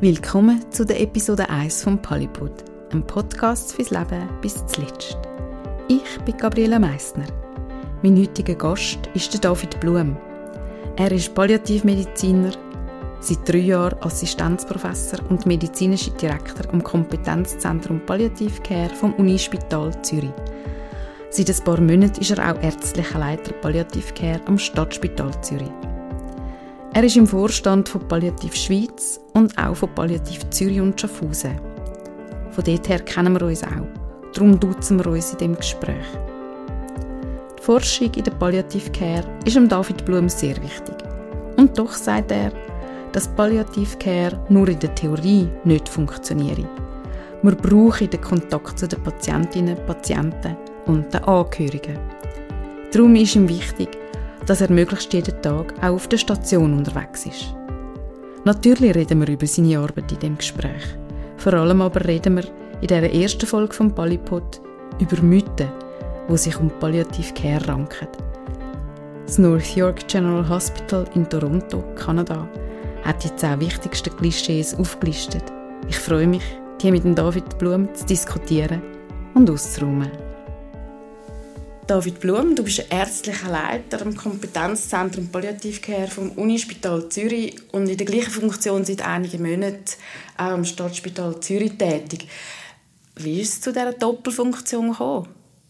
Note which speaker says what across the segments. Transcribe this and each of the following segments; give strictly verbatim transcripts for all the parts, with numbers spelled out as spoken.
Speaker 1: Willkommen zu der Episode eins vom Polypod, einem Podcast fürs Leben bis zuletzt. Ich bin Gabriela Meissner. Mein heutiger Gast ist der David Blum. Er ist Palliativmediziner, seit drei Jahren Assistenzprofessor und medizinischer Direktor am Kompetenzzentrum Palliative Care vom Unispital Zürich. Seit ein paar Monaten ist er auch ärztlicher Leiter Palliative Care am Stadtspital Zürich. Er ist im Vorstand von Palliativ Schweiz und auch von Palliativ Zürich und Schaffhausen. Von dort her kennen wir uns auch. Darum duzen wir uns in diesem Gespräch. Die Forschung in der Palliative Care ist dem David Blum sehr wichtig. Und doch sagt er, dass Palliative Care nur in der Theorie nicht funktioniere. Wir brauchen den Kontakt zu den Patientinnen, Patienten und den Angehörigen. Darum ist ihm wichtig, dass er möglichst jeden Tag auch auf der Station unterwegs ist. Natürlich reden wir über seine Arbeit in diesem Gespräch. Vor allem aber reden wir in dieser ersten Folge vom Polypod über Mythen, die sich um Palliative Care ranken. Das North York General Hospital in Toronto, Kanada, hat jetzt auch wichtigste Klischees aufgelistet. Ich freue mich, die mit dem David Blum zu diskutieren und auszuräumen. David Blum, du bist ärztlicher Leiter am Kompetenzzentrum Palliative Care vom Unispital Zürich und in der gleichen Funktion seit einigen Monaten auch am Stadtspital Zürich tätig. Wie ist es zu dieser Doppelfunktion gekommen?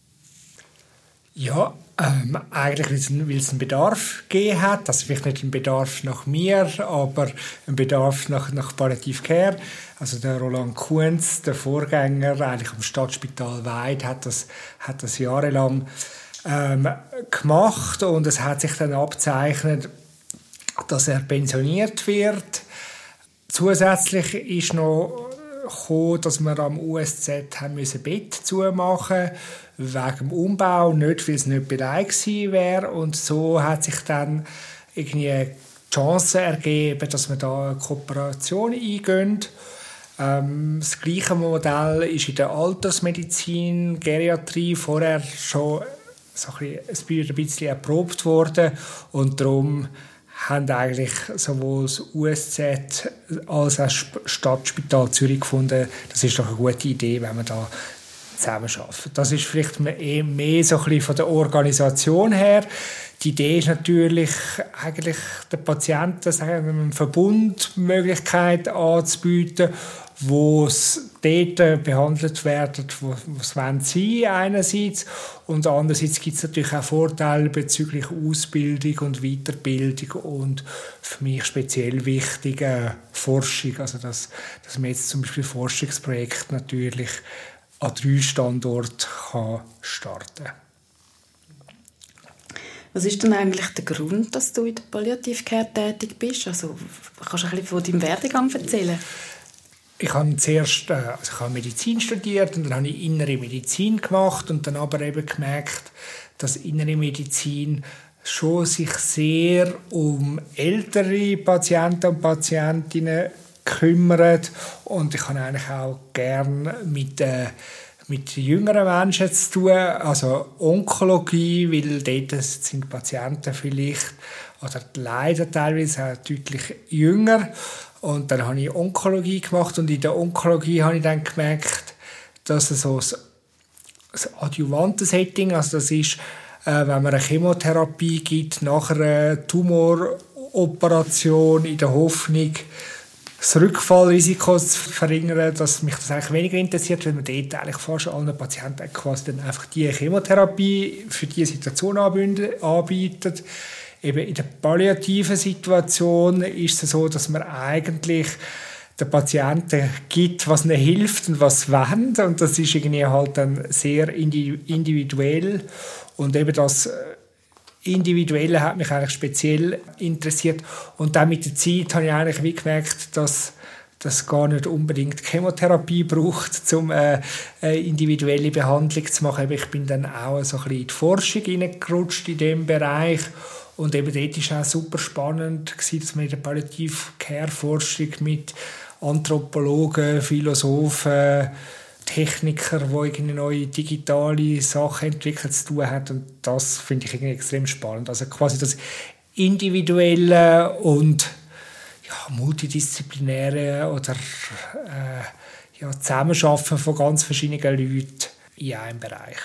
Speaker 2: Ja, ähm, eigentlich weil es einen Bedarf gegeben hat. Also vielleicht nicht einen Bedarf nach mir, aber einen Bedarf nach, nach Palliative Care. Also der Roland Kunz, der Vorgänger eigentlich am Stadtspital Weid, hat das, hat das jahrelang ähm, gemacht und es hat sich dann abgezeichnet, dass er pensioniert wird. Zusätzlich ist noch gekommen, dass wir am U S Z haben müssen Bett zumachen wegen dem Umbau, nicht weil es nicht bereit gewesen wäre. Und so hat sich dann irgendwie die Chance ergeben, dass wir da eine Kooperation eingehen. Ähm, das gleiche Modell ist in der Altersmedizin, Geriatrie vorher schon so ein bisschen, ein bisschen erprobt worden und darum haben eigentlich sowohl das U S Z als auch das Stadtspital Zürich gefunden, das ist doch eine gute Idee, wenn wir da zusammenarbeiten. Das ist vielleicht mehr, mehr so ein bisschen von der Organisation her. Die Idee ist natürlich, eigentlich den Patienten sagen, eine Verbundmöglichkeit anzubieten, wo es dort behandelt werden, wo es sie einerseits und andererseits gibt es natürlich auch Vorteile bezüglich Ausbildung und Weiterbildung und für mich speziell wichtige Forschung, also dass, dass man jetzt zum Beispiel Forschungsprojekte natürlich an drei Standorten kann starten kann.
Speaker 1: Was ist denn eigentlich der Grund, dass du in der Palliative Care tätig bist? Also, kannst du ein bisschen von deinem Werdegang erzählen?
Speaker 2: Ich habe zuerst äh, also ich habe Medizin studiert und dann habe ich Innere Medizin gemacht und dann aber eben gemerkt, dass Innere Medizin schon sich sehr um ältere Patienten und Patientinnen kümmert und ich habe eigentlich auch gerne mit äh, mit jüngeren Menschen zu tun, also Onkologie, weil dort sind Patienten vielleicht oder leider teilweise auch deutlich jünger. Und dann habe ich Onkologie gemacht und in der Onkologie habe ich dann gemerkt, dass es so ein adjuvantes Setting, also das ist, äh, wenn man eine Chemotherapie gibt, nach einer Tumoroperation in der Hoffnung, das Rückfallrisiko zu verringern, dass mich das eigentlich weniger interessiert, weil man dort eigentlich fast allen Patienten quasi dann einfach die Chemotherapie für diese Situation anbietet. Eben in der palliativen Situation ist es so, dass man eigentlich den Patienten gibt, was ihnen hilft und was wollen. Und das ist irgendwie halt dann sehr individuell. Und eben das Individuelle hat mich eigentlich speziell interessiert. Und dann mit der Zeit habe ich eigentlich wie gemerkt, dass das gar nicht unbedingt Chemotherapie braucht, um äh, eine individuelle Behandlung zu machen. Ich bin dann auch so ein bisschen in die Forschung hineingerutscht in diesem Bereich. Und eben dort war es auch super spannend, dass man in der Palliative Care Forschung mit Anthropologen, Philosophen, Techniker, die irgendwie neue digitale Sachen entwickelt, zu tun hat. Und das finde ich irgendwie extrem spannend. Also quasi das Individuelle und ja, multidisziplinäre oder äh, ja, Zusammenarbeiten von ganz verschiedenen Leuten in einem Bereich.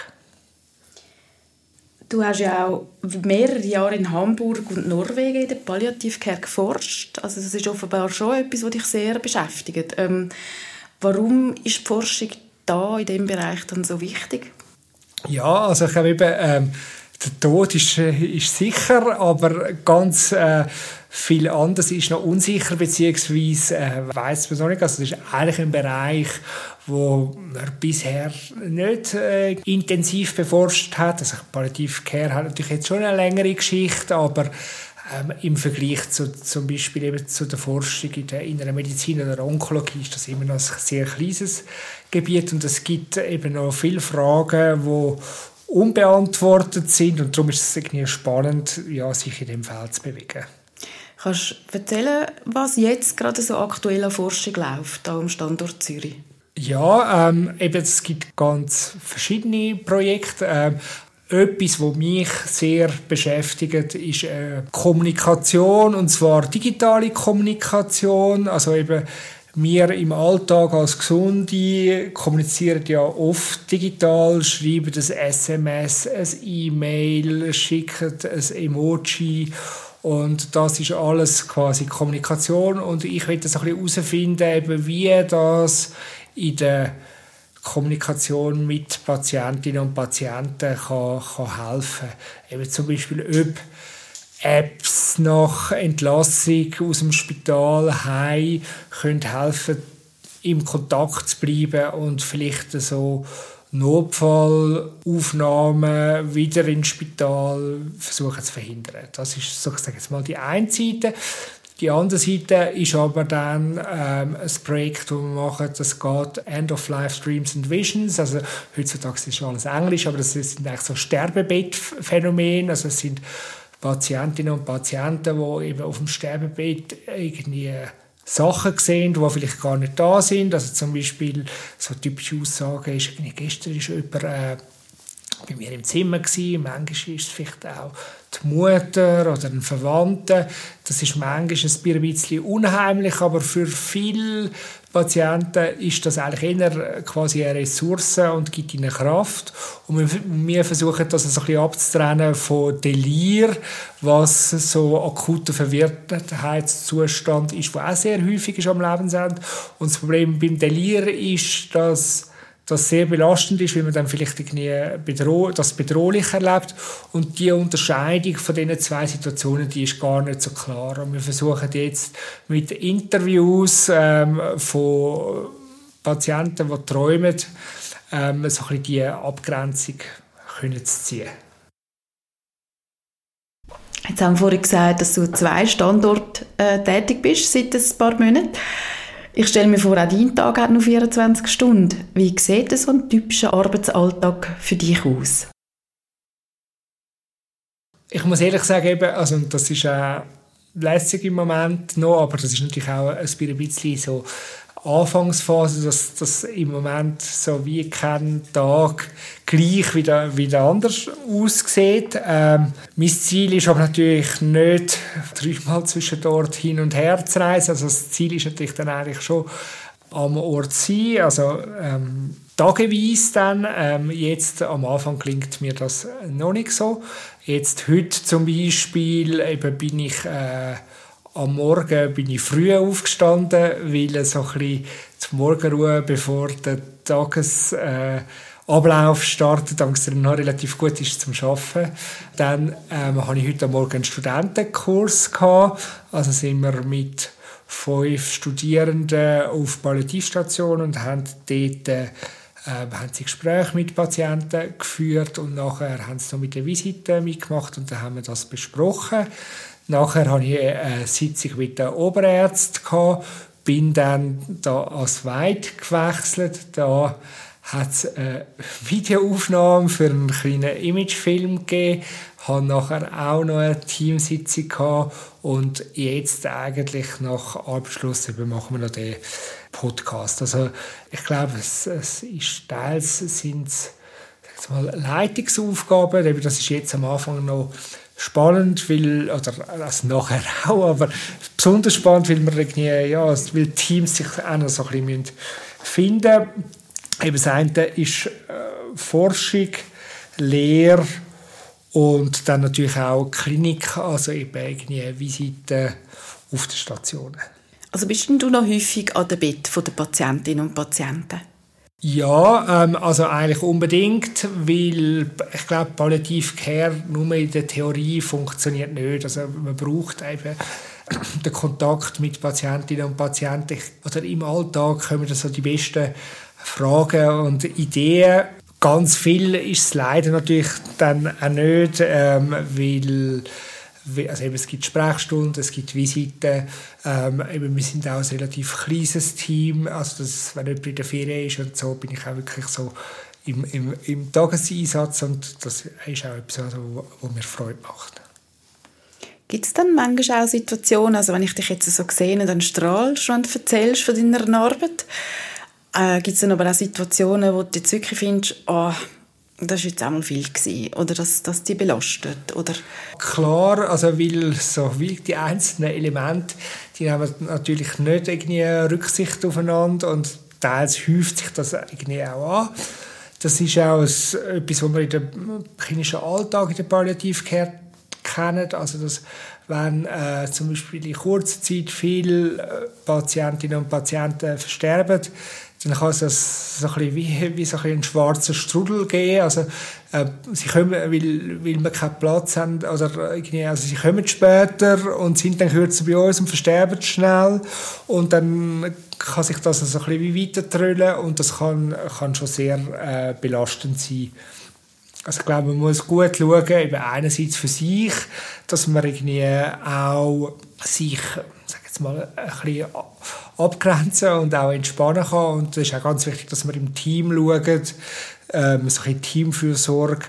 Speaker 1: Du hast ja auch mehrere Jahre in Hamburg und Norwegen in der Palliativcare geforscht. Also das ist offenbar schon etwas, was dich sehr beschäftigt. Ähm, warum ist die Forschung da in diesem Bereich dann so wichtig?
Speaker 2: Ja, also ich glaube eben, ähm, der Tod ist, ist sicher, aber ganz äh, viel anderes ist noch unsicher, beziehungsweise äh, weiss man noch nicht. Also das ist eigentlich ein Bereich, wo man bisher nicht äh, intensiv beforscht hat. Also Palliative Care hat natürlich jetzt schon eine längere Geschichte, aber ähm, im Vergleich zu, zum Beispiel eben zu der Forschung in der inneren Medizin oder der Onkologie ist das immer noch ein sehr kleines Gebiet und es gibt eben noch viele Fragen, die unbeantwortet sind und darum ist es irgendwie spannend, ja, sich in dem Feld zu bewegen.
Speaker 1: Kannst du erzählen, was jetzt gerade so aktuell an Forschung läuft, hier am Standort Zürich?
Speaker 2: Ja, ähm, eben, es gibt ganz verschiedene Projekte. Ähm, etwas, was mich sehr beschäftigt, ist äh, Kommunikation, und zwar digitale Kommunikation. Also eben wir im Alltag als Gesunde kommunizieren ja oft digital, schreiben ein S M S, ein E-Mail, schicken ein Emoji. Und das ist alles quasi Kommunikation. Und ich will das ein bisschen herausfinden, eben wie das in der Kommunikation mit Patientinnen und Patienten kann, kann helfen. Eben zum Beispiel, ob Apps nach Entlassung aus dem Spital heim können helfen, im Kontakt zu bleiben und vielleicht so Notfallaufnahmen wieder ins Spital versuchen zu verhindern. Das ist, so gesagt, jetzt mal die eine Seite. Die andere Seite ist aber dann ähm, ein Projekt, das wir machen, das geht End of Life Dreams and Visions. Also heutzutage ist schon alles Englisch, aber das sind eigentlich so Sterbebettphänomene. Also es sind Patientinnen und Patienten, die eben auf dem Sterbebett irgendwie Sachen sehen, die vielleicht gar nicht da sind. Also zum Beispiel so typische Aussagen ist, gestern war jemand äh, bei mir im Zimmer gewesen. Manchmal ist es vielleicht auch die Mutter oder ein Verwandter. Das ist manchmal ein bisschen unheimlich, aber für viele Patienten ist das eigentlich eher quasi eine Ressource und gibt ihnen Kraft. Und wir, wir versuchen das ein bisschen abzutrennen von Delir, was so akuter Verwirrtheitszustand ist, der auch sehr häufig ist am Lebensende. Und das Problem beim Delir ist, dass das sehr belastend ist, weil man dann vielleicht irgendwie bedroh- das bedrohlich erlebt. Und die Unterscheidung von diesen zwei Situationen, die ist gar nicht so klar. Und wir versuchen jetzt mit Interviews ähm, von Patienten, die träumen, ähm, so ein bisschen die Abgrenzung können zu ziehen.
Speaker 1: Jetzt haben wir vorhin gesagt, dass du an zwei Standorten äh, tätig bist seit ein paar Monaten. Ich stelle mir vor, auch dein Tag hat nur vierundzwanzig Stunden. Wie sieht so ein typischer Arbeitsalltag für dich aus?
Speaker 2: Ich muss ehrlich sagen, eben, also das ist auch lässig im Moment noch, aber das ist natürlich auch ein bisschen so Anfangsphase, dass das im Moment so wie kein Tag gleich wie der, wie der anders aussieht. Ähm, mein Ziel ist aber natürlich nicht, dreimal zwischen dort hin und her zu reisen. Also das Ziel ist natürlich dann eigentlich schon am Ort sein, also ähm, tageweise dann. Ähm, jetzt am Anfang klingt mir das noch nicht so. Jetzt heute zum Beispiel eben bin ich äh, am Morgen bin ich früh aufgestanden, weil so ein bisschen zur Morgenruhe, bevor der Tagesablauf äh, startet, damit es dann noch relativ gut ist zum Arbeiten. Dann ähm, hatte ich heute Morgen einen Studentenkurs gehabt. Also sind wir mit fünf Studierenden auf Palliativstation und haben dort äh, haben sie Gespräche mit Patienten geführt und nachher haben sie noch mit der Visite mitgemacht und dann haben wir das besprochen. Nachher hatte ich eine Sitzung mit den Oberärzten gehabt, bin dann da ans Weit gewechselt. Da hat es eine Videoaufnahme für einen kleinen Imagefilm gegeben. Ich hatte nachher auch noch eine Teamsitzung gehabt und jetzt eigentlich nach Abschluss machen wir noch den Podcast. Also ich glaube, es, es ist teils sind es mal Leitungsaufgaben, das ist jetzt am Anfang noch spannend, weil, oder also nachher auch, aber besonders spannend, weil man irgendwie, ja, weil Teams sich auch noch so ein bisschen finden müssen. Eben das eine ist äh, Forschung, Lehre und dann natürlich auch Klinik, also eben irgendwie Visiten auf den Stationen.
Speaker 1: Also bist denn du noch häufig an dem Bett der Patientinnen und Patienten?
Speaker 2: Ja, ähm, also eigentlich unbedingt, weil ich glaube, Palliative Care nur in der Theorie funktioniert nicht. Also man braucht eben den Kontakt mit Patientinnen und Patienten. Oder im Alltag kommen da so die besten Fragen und Ideen. Ganz viel ist es leider natürlich dann auch nicht, ähm, weil also eben, es gibt Sprechstunden, es gibt Visiten. Ähm, eben, wir sind auch ein relativ kleines Team. Also das, wenn jemand in der Ferien ist und so, bin ich auch wirklich so im, im, im Tageseinsatz. Und das ist auch etwas, also, was mir Freude macht.
Speaker 1: Gibt es dann manchmal auch Situationen, also wenn ich dich jetzt so sehe, dann strahlst du, wenn du erzählst von deiner Arbeit, äh, gibt es dann aber auch Situationen, wo du jetzt wirklich findest, oh, das war jetzt auch mal viel gewesen, oder dass das dich belastet, oder?
Speaker 2: Klar, also weil so wie die einzelnen Elemente, die nehmen natürlich nicht irgendwie Rücksicht aufeinander und teils häuft sich das irgendwie auch an. Das ist auch ein, etwas, was wir in dem klinischen Alltag in der Palliative Care kennen, also dass wenn äh, zum Beispiel in kurzer Zeit viele äh, Patientinnen und Patienten versterben, dann kann es das so ein bisschen wie, wie so ein, ein schwarzer Strudel geben. Also, äh, sie kommen, weil, weil wir keinen Platz haben, oder irgendwie, also sie kommen später und sind dann kürzer bei uns und versterben schnell. Und dann kann sich das so ein bisschen wie weitertrüllen und das kann, kann schon sehr äh, belastend sein. Also ich glaube, man muss gut schauen, eben einerseits für sich, dass man irgendwie auch sich, sag jetzt mal, ein bisschen abgrenzen und auch entspannen kann. Und es ist auch ganz wichtig, dass man im Team schaut, ähm, so ein bisschen Teamfürsorge,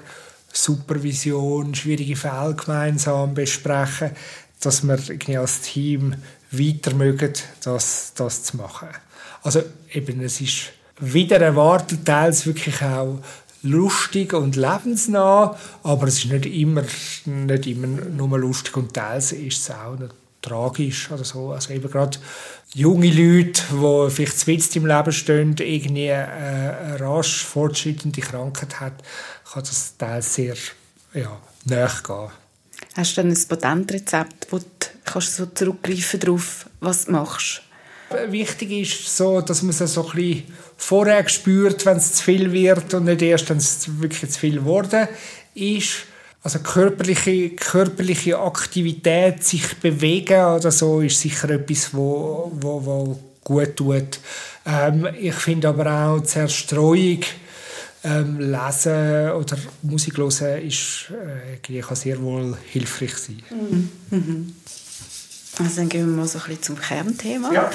Speaker 2: Supervision, schwierige Fälle gemeinsam besprechen, dass wir irgendwie als Team weiter mögen, das, das zu machen. Also eben, es ist wieder erwartet, teils wirklich auch lustig und lebensnah, aber es ist nicht immer, nicht immer nur lustig und teils ist es auch nicht tragisch oder so. Also eben gerade junge Leute, die vielleicht zu weit im Leben stehen, irgendwie eine rasch fortschreitende Krankheit hat, kann das teils sehr ja, nahe gehen.
Speaker 1: Hast du dann ein Patentrezept, wo du kannst so zurückgreifen darauf, was du machst?
Speaker 2: Wichtig ist, so, dass man es so ein bisschen vorher spürt, wenn es zu viel wird und nicht erst, wenn es wirklich zu viel geworden ist. Also körperliche, körperliche Aktivität, sich bewegen oder so, ist sicher etwas, wo, wo, wo gut tut. Ähm, ich finde aber auch Zerstreuung, ähm, Lesen oder Musik hören ist, äh, kann sehr wohl hilfreich sein.
Speaker 1: Mhm. Mhm. Also dann gehen wir mal so ein bisschen zum Kernthema.
Speaker 2: Ja.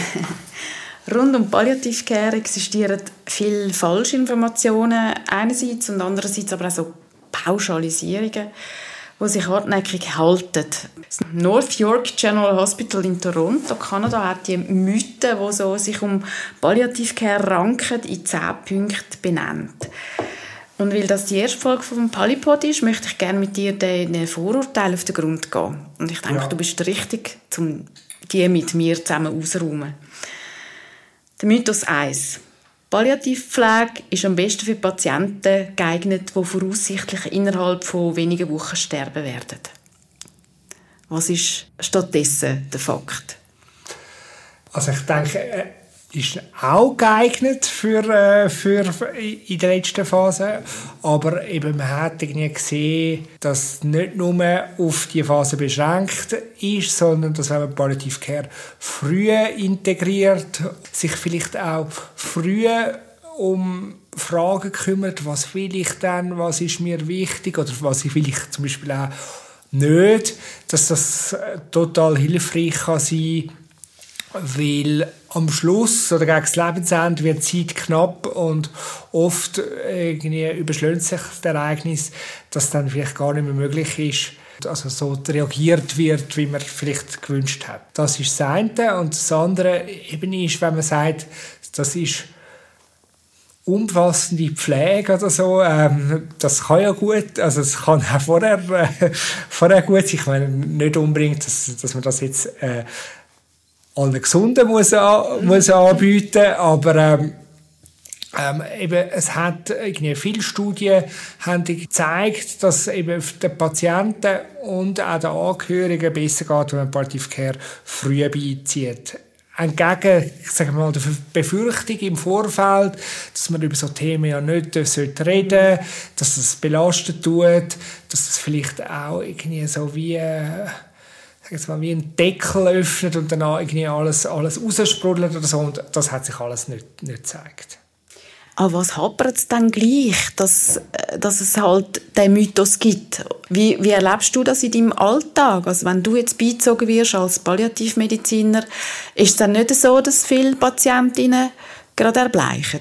Speaker 1: Rund um Palliative Care existieren viele Falschinformationen einerseits und andererseits aber auch so Pauschalisierungen, die sich hartnäckig halten. Das North York General Hospital in Toronto, Kanada, hat die Mythen, die so sich um Palliative Care ranken, in zehn Punkten benannt. Und weil das die erste Folge vom Polypod ist, möchte ich gerne mit dir den Vorurteilen auf den Grund gehen. Und ich denke, ja. Du bist richtig, um die mit mir zusammen auszuräumen. Der Mythos eins. Palliativpflege ist am besten für Patienten geeignet, die voraussichtlich innerhalb von wenigen Wochen sterben werden. Was ist stattdessen der Fakt?
Speaker 2: Also ich denke, ist auch geeignet für, äh, für in der letzten Phase, aber eben man hat irgendwie gesehen, dass es nicht nur auf die Phase beschränkt ist, sondern dass wenn man Palliative Care früh integriert, sich vielleicht auch früh um Fragen kümmert, was will ich denn, was ist mir wichtig oder was will ich zum Beispiel auch nicht, dass das total hilfreich kann sein, weil am Schluss oder gegen das Lebensende wird die Zeit knapp und oft irgendwie überschlägt sich das Ereignis, dass dann vielleicht gar nicht mehr möglich ist, also so reagiert wird, wie man vielleicht gewünscht hat. Das ist das eine. Und das andere eben ist, wenn man sagt, das ist umfassende Pflege oder so, ähm, das kann ja gut, also es kann auch vorher, äh, vorher gut sein. Ich meine nicht unbedingt, dass, dass man das jetzt äh, allen Gesunden muss, an, muss anbieten, aber ähm, ähm, eben, es hat irgendwie viele Studien haben gezeigt, dass eben den Patienten und auch den Angehörigen besser geht, wenn man Palliative Care früh beizieht. Entgegen, sagen wir mal, der Befürchtung im Vorfeld, dass man über so Themen ja nicht reden sollte, dass das belastet tut, dass das vielleicht auch irgendwie so wie, äh, sag jetzt mal, wie ein Deckel öffnet und dann irgendwie alles, alles raussprudelt oder so. Und das hat sich alles nicht, nicht gezeigt.
Speaker 1: Aber was hapert es dann gleich, dass, dass es halt den Mythos gibt? Wie, wie erlebst du das in deinem Alltag? Also wenn du jetzt beizogen wirst als Palliativmediziner, ist es dann nicht so, dass viele Patientinnen gerade erbleichen?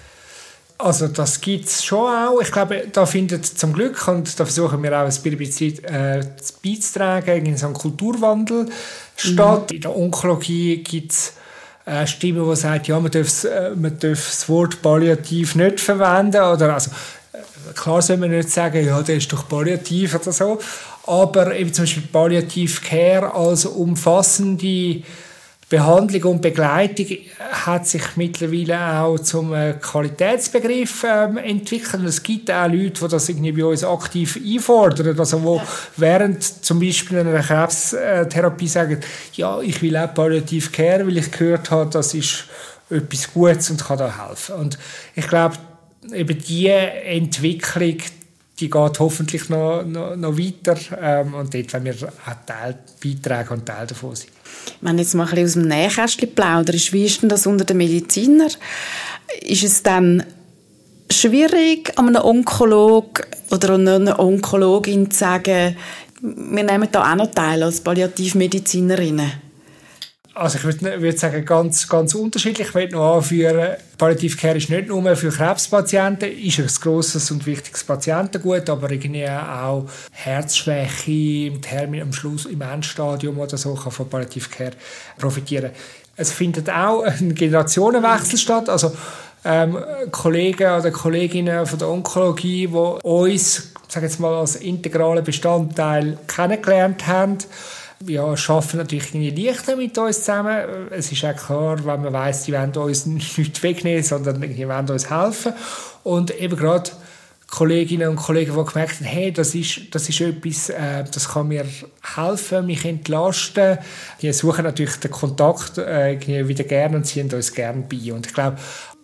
Speaker 2: Also das gibt es schon auch. Ich glaube, da findet zum Glück, und da versuchen wir auch ein bisschen äh, beizutragen, in so einem Kulturwandel statt. Mhm. In der Onkologie gibt es eine Stimme, die sagt, ja, man darf, man darf das Wort Palliativ nicht verwenden. Oder, also, klar soll man nicht sagen, ja, der ist doch palliativ oder so. Aber eben zum Beispiel Palliative Care als umfassende Behandlung und Begleitung hat sich mittlerweile auch zum Qualitätsbegriff ähm, entwickelt. Und es gibt auch Leute, die das irgendwie bei uns aktiv einfordern. Also die ja. während zum Beispiel einer Krebstherapie sagen, ja, ich will auch Palliative Care, weil ich gehört habe, das ist etwas Gutes und kann da helfen. Und ich glaube, eben diese Entwicklung, die geht hoffentlich noch, noch, noch weiter. Ähm, und dort wollen wir auch Teil beitragen und Teil davon sein.
Speaker 1: Wenn jetzt mal ein bisschen aus dem Nähkästchen plauderst, wie ist denn das unter den Medizinern? Ist es dann schwierig, einem Onkologen oder einer Onkologin zu sagen, wir nehmen da auch noch teil als Palliativmedizinerinnen?
Speaker 2: Also ich würde, würde sagen, ganz, ganz unterschiedlich. Ich möchte noch anführen, Palliative Care ist nicht nur für Krebspatienten, ist ein grosses und wichtiges Patientengut, aber irgendwie auch Herzschwäche im Termin, am Schluss, im Endstadium oder so, kann von Palliative Care profitieren. Es findet auch ein Generationenwechsel statt, also ähm, Kollegen oder Kolleginnen von der Onkologie, die uns, sage jetzt mal, als integralen Bestandteil kennengelernt haben, ja, arbeiten natürlich irgendwie leichter mit uns zusammen. Es ist auch klar, wenn man weiss, die wollen uns nicht wegnehmen, sondern die wollen uns helfen. Und eben gerade Kolleginnen und Kollegen, die gemerkt haben, hey, das ist, das ist etwas, äh, das kann mir helfen, mich entlasten. Die suchen natürlich den Kontakt äh, wieder gerne und ziehen uns gerne bei. Und ich glaube,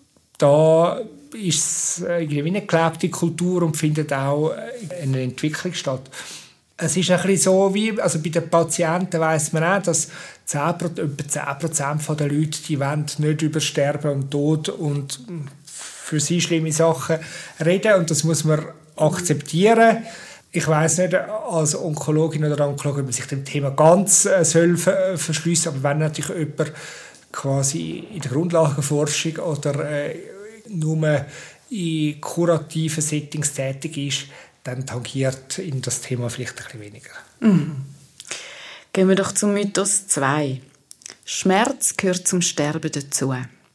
Speaker 2: da ist es irgendwie wie eine gelebte Kultur und findet auch eine Entwicklung statt. Es ist ein bisschen so, wie, also bei den Patienten weiss man auch, dass zehn Prozent, etwa zehn Prozent der Leute, die wollen nicht über Sterben und Tod und für sie schlimme Sachen reden, und das muss man akzeptieren. Ich weiss nicht, als Onkologin oder Onkologe, ob man sich dem Thema ganz äh, soll ver- verschliessen, aber wenn natürlich jemand quasi in der Grundlagenforschung oder äh, nur in kurativen Settings tätig ist, dann tangiert ihn das Thema vielleicht ein bisschen weniger.
Speaker 1: Mhm. Gehen wir doch zum Mythos zwei. Schmerz gehört zum Sterben dazu.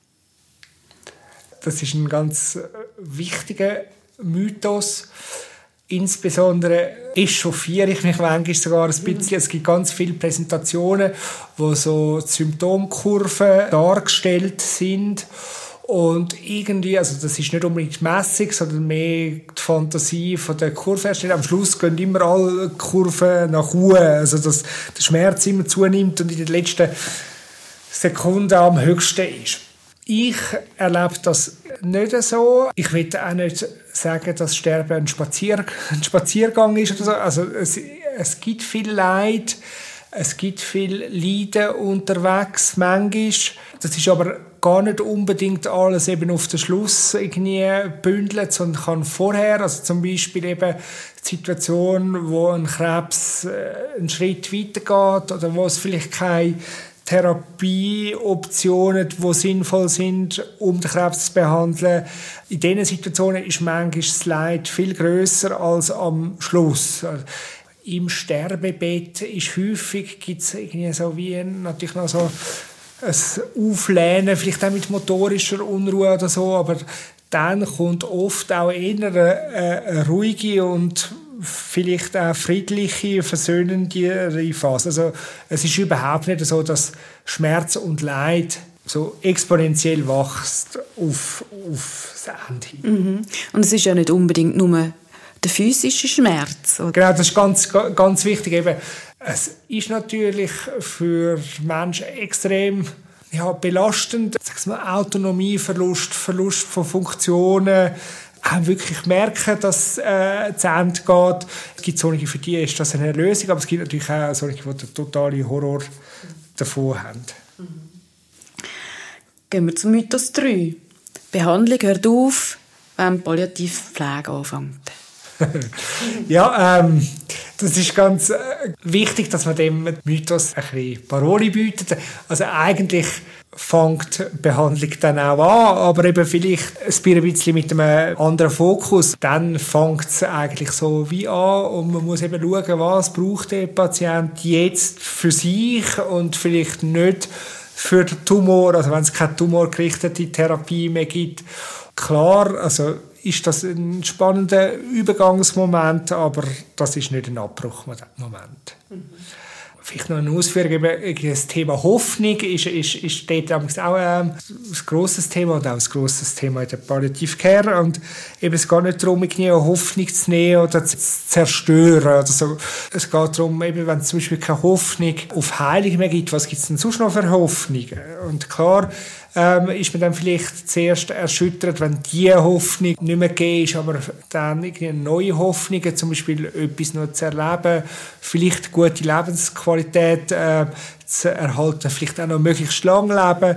Speaker 2: Das ist ein ganz wichtiger Mythos. Insbesondere echauffiere ich mich manchmal sogar ein bisschen. Es gibt ganz viele Präsentationen, wo so Symptomkurven dargestellt sind. Und irgendwie, also das ist nicht unbedingt die Messung, sondern mehr die Fantasie von der Kurvenhersteller. Am Schluss gehen immer alle Kurven nach oben, also dass der Schmerz immer zunimmt und in den letzten Sekunden am höchsten ist. Ich erlebe das nicht so. Ich will auch nicht sagen, dass Sterben ein, Spazier- ein Spaziergang ist oder so. Also es, es gibt viel Leid, es gibt viel Leiden unterwegs, manchmal. Das ist aber gar nicht unbedingt alles eben auf den Schluss irgendwie bündelt, sondern kann vorher, also zum Beispiel eben die Situation, wo ein Krebs äh, einen Schritt weitergeht oder wo es vielleicht keine Therapieoptionen, die sinnvoll sind, um den Krebs zu behandeln. In diesen Situationen ist manchmal das Leid viel grösser als am Schluss. Im Sterbebett ist häufig, gibt es irgendwie so wie natürlich noch so ein Auflehnen, vielleicht auch mit motorischer Unruhe oder so, aber dann kommt oft auch eher eine, eine ruhige und vielleicht auch friedliche, versöhnende Phase. Also es ist überhaupt nicht so, dass Schmerz und Leid so exponentiell wächst auf, auf das Ende hin.
Speaker 1: Mhm. Und es ist ja nicht unbedingt nur der physische Schmerz. Oder?
Speaker 2: Genau, das ist ganz, ganz wichtig. Eben, es ist natürlich für Menschen extrem ja, belastend. Sag's mal, Autonomieverlust, Verlust von Funktionen, auch wirklich merken, dass äh, es zu Ende geht. Es gibt solche, für die ist das eine Lösung, aber es gibt natürlich auch solche, die den totalen Horror davon haben.
Speaker 1: Mhm. Gehen wir zum Mythos drei. Die Behandlung hört auf, wenn die Palliativpflege anfängt.
Speaker 2: Ja, ähm, das ist ganz äh, wichtig, dass man dem Mythos ein bisschen Paroli bietet. Also eigentlich fängt die Behandlung dann auch an, aber eben vielleicht ein bisschen mit einem anderen Fokus. Dann fängt es eigentlich so wie an und man muss eben schauen, was braucht der Patient jetzt für sich und vielleicht nicht für den Tumor, also wenn es keine tumorgerichtete Therapie mehr gibt. Klar, also ist das ein spannender Übergangsmoment, aber das ist nicht ein Abbruchmoment. Mhm. Vielleicht noch eine Ausführung, das Thema Hoffnung ist, ist, ist dort auch ein grosses Thema und auch ein grosses Thema in der Palliative Care. Und eben, es geht nicht darum, eine Hoffnung zu nehmen oder zu zerstören. Oder so. Es geht darum, eben, wenn es zum Beispiel keine Hoffnung auf Heilung mehr gibt, was gibt es denn sonst noch für Hoffnungen? Und klar, ähm, ist man dann vielleicht zuerst erschüttert, wenn diese Hoffnung nicht mehr gegeben ist, aber dann irgendwie neue Hoffnungen, zum Beispiel etwas noch zu erleben, vielleicht gute Lebensqualität äh, zu erhalten, vielleicht auch noch möglichst lang leben,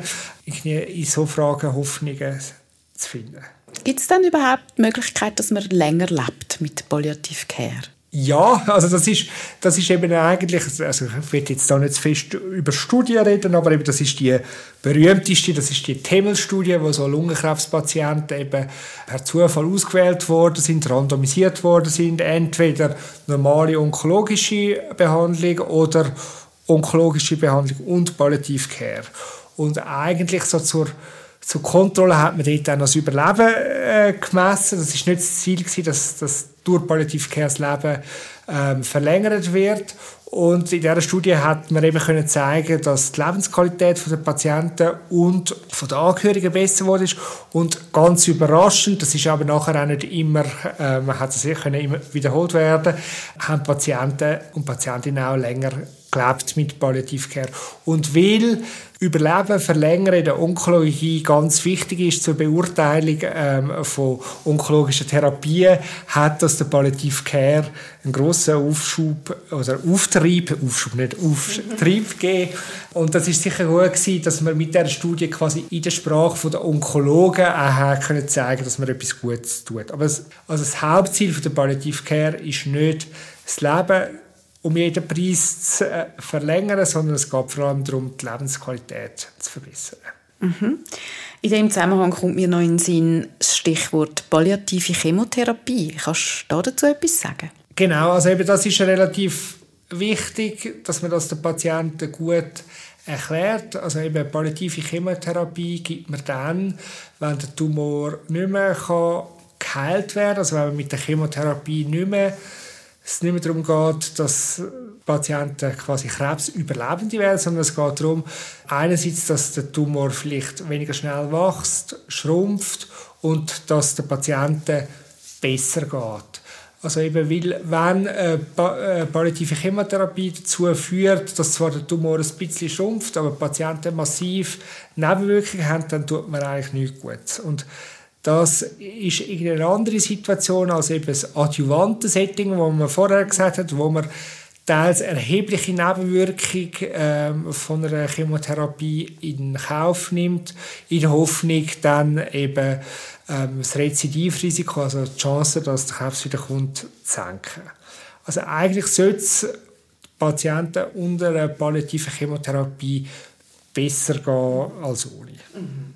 Speaker 2: in so Fragen Hoffnungen zu finden.
Speaker 1: Gibt es dann überhaupt die Möglichkeit, dass man länger lebt mit Palliative Care?
Speaker 2: Ja, also das ist, das ist eben eigentlich, also ich will jetzt da nicht zu fest über Studien reden, aber eben das ist die berühmteste, das ist die Themel-Studie, wo so Lungenkrebspatienten eben per Zufall ausgewählt worden sind, randomisiert worden sind, entweder normale onkologische Behandlung oder onkologische Behandlung und Palliative Care. Und eigentlich so zur Zur Kontrolle hat man dort auch noch das Überleben äh, gemessen. Das war nicht das Ziel gewesen, dass, dass durch Palliative Care das Leben ähm, verlängert wird. Und in dieser Studie hat man eben können zeigen, dass die Lebensqualität der Patienten und von den Angehörigen besser geworden ist. Und ganz überraschend, das ist aber nachher auch nicht immer, äh, man hat es können immer wiederholt werden, haben Patienten und Patientinnen auch länger gelebt mit Palliative Care. Und weil Überleben verlängern in der Onkologie ganz wichtig ist zur Beurteilung ähm, von onkologischen Therapien, hat das der Palliative Care einen grossen Aufschub oder Auftrieb, Aufschub nicht, Auftrieb gegeben. Und das ist sicher gut gewesen, dass man mit dieser Studie quasi in der Sprache der Onkologen auch können zeigen, dass man etwas Gutes tut. Aber das, also das Hauptziel der Palliative Care ist nicht das Leben um jeden Preis zu äh, verlängern, sondern es geht vor allem darum, die Lebensqualität zu verbessern.
Speaker 1: Mhm. In diesem Zusammenhang kommt mir noch in den Sinn das Stichwort palliative Chemotherapie. Kannst du dazu etwas sagen?
Speaker 2: Genau, also eben das ist relativ wichtig, dass man das den Patienten gut erklärt. Also eben palliative Chemotherapie gibt man dann, wenn der Tumor nicht mehr kann geheilt werden kann, also wenn man mit der Chemotherapie nicht mehr es nicht mehr darum geht, dass Patienten quasi Krebsüberlebende werden, sondern es geht darum, einerseits, dass der Tumor vielleicht weniger schnell wächst, schrumpft und dass der Patienten besser geht. Also eben, weil, wenn eine palliative Chemotherapie dazu führt, dass zwar der Tumor ein bisschen schrumpft, aber die Patienten massiv Nebenwirkungen haben, dann tut man eigentlich nichts Gutes. Und das ist eine andere Situation als eben das Adjuvanten-Setting, wo man vorher gesagt hat, wo man teils erhebliche Nebenwirkungen ähm, von einer Chemotherapie in Kauf nimmt, in der Hoffnung, dann eben ähm, das Rezidivrisiko, also die Chance, dass der Krebs wieder kommt, zu senken. Also eigentlich sollte es Patienten unter einer palliativen Chemotherapie besser gehen als ohne.
Speaker 1: Mhm.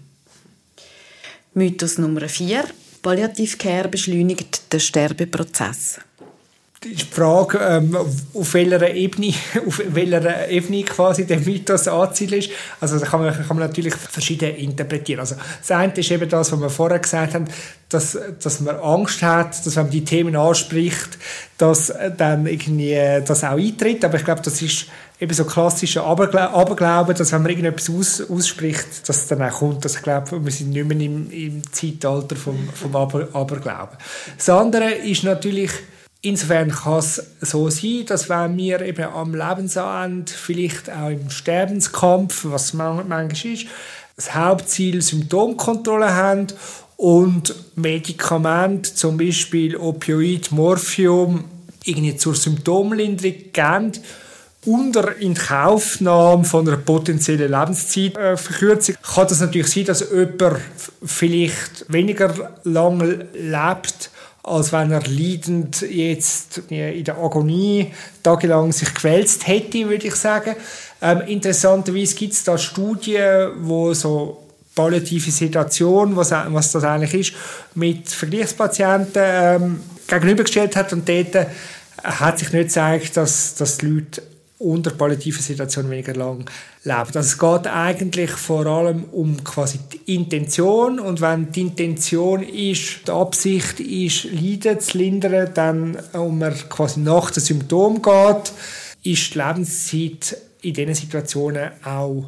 Speaker 1: Mythos Nummer vier. Palliative Care beschleunigt den Sterbeprozess.
Speaker 2: die Frage, ähm, auf welcher Ebene, auf welcher Ebene quasi der Mythos anzielt ist. Also da kann man, kann man natürlich verschieden interpretieren. Also das eine ist eben das, was wir vorher gesagt haben, dass, dass man Angst hat, dass wenn man die Themen anspricht, dass dann irgendwie das auch eintritt. Aber ich glaube, das ist eben so klassischer Abergla- Aberglaube, dass wenn man irgendetwas aus, ausspricht, dass es dann auch kommt. Dass ich glaube, wir sind nicht mehr im, im Zeitalter vom, vom Aber, Aberglauben. Das andere ist natürlich, insofern kann es so sein, dass wenn wir eben am Lebensende, vielleicht auch im Sterbenskampf, was manchmal ist, das Hauptziel Symptomkontrolle haben und Medikamente, zum Beispiel Opioid, Morphium, irgendwie zur Symptomlinderung geben, unter Inkaufnahme von einer potenziellen Lebenszeitverkürzung, kann das natürlich sein, dass jemand vielleicht weniger lange lebt, als wenn er leidend jetzt in der Agonie tagelang sich gewälzt hätte, würde ich sagen. Ähm, interessanterweise gibt es da Studien, wo so palliative Sedation, was, was das eigentlich ist, mit Vergleichspatienten ähm, gegenübergestellt hat, und dort äh, hat sich nicht gezeigt, dass, dass die Leute unter palliativer Sedation weniger lang leben. Also es geht eigentlich vor allem um quasi die Intention, und wenn die Intention ist, die Absicht ist, Leiden zu lindern, dann um man quasi nach dem Symptom geht, ist die Lebenszeit in diesen Situationen auch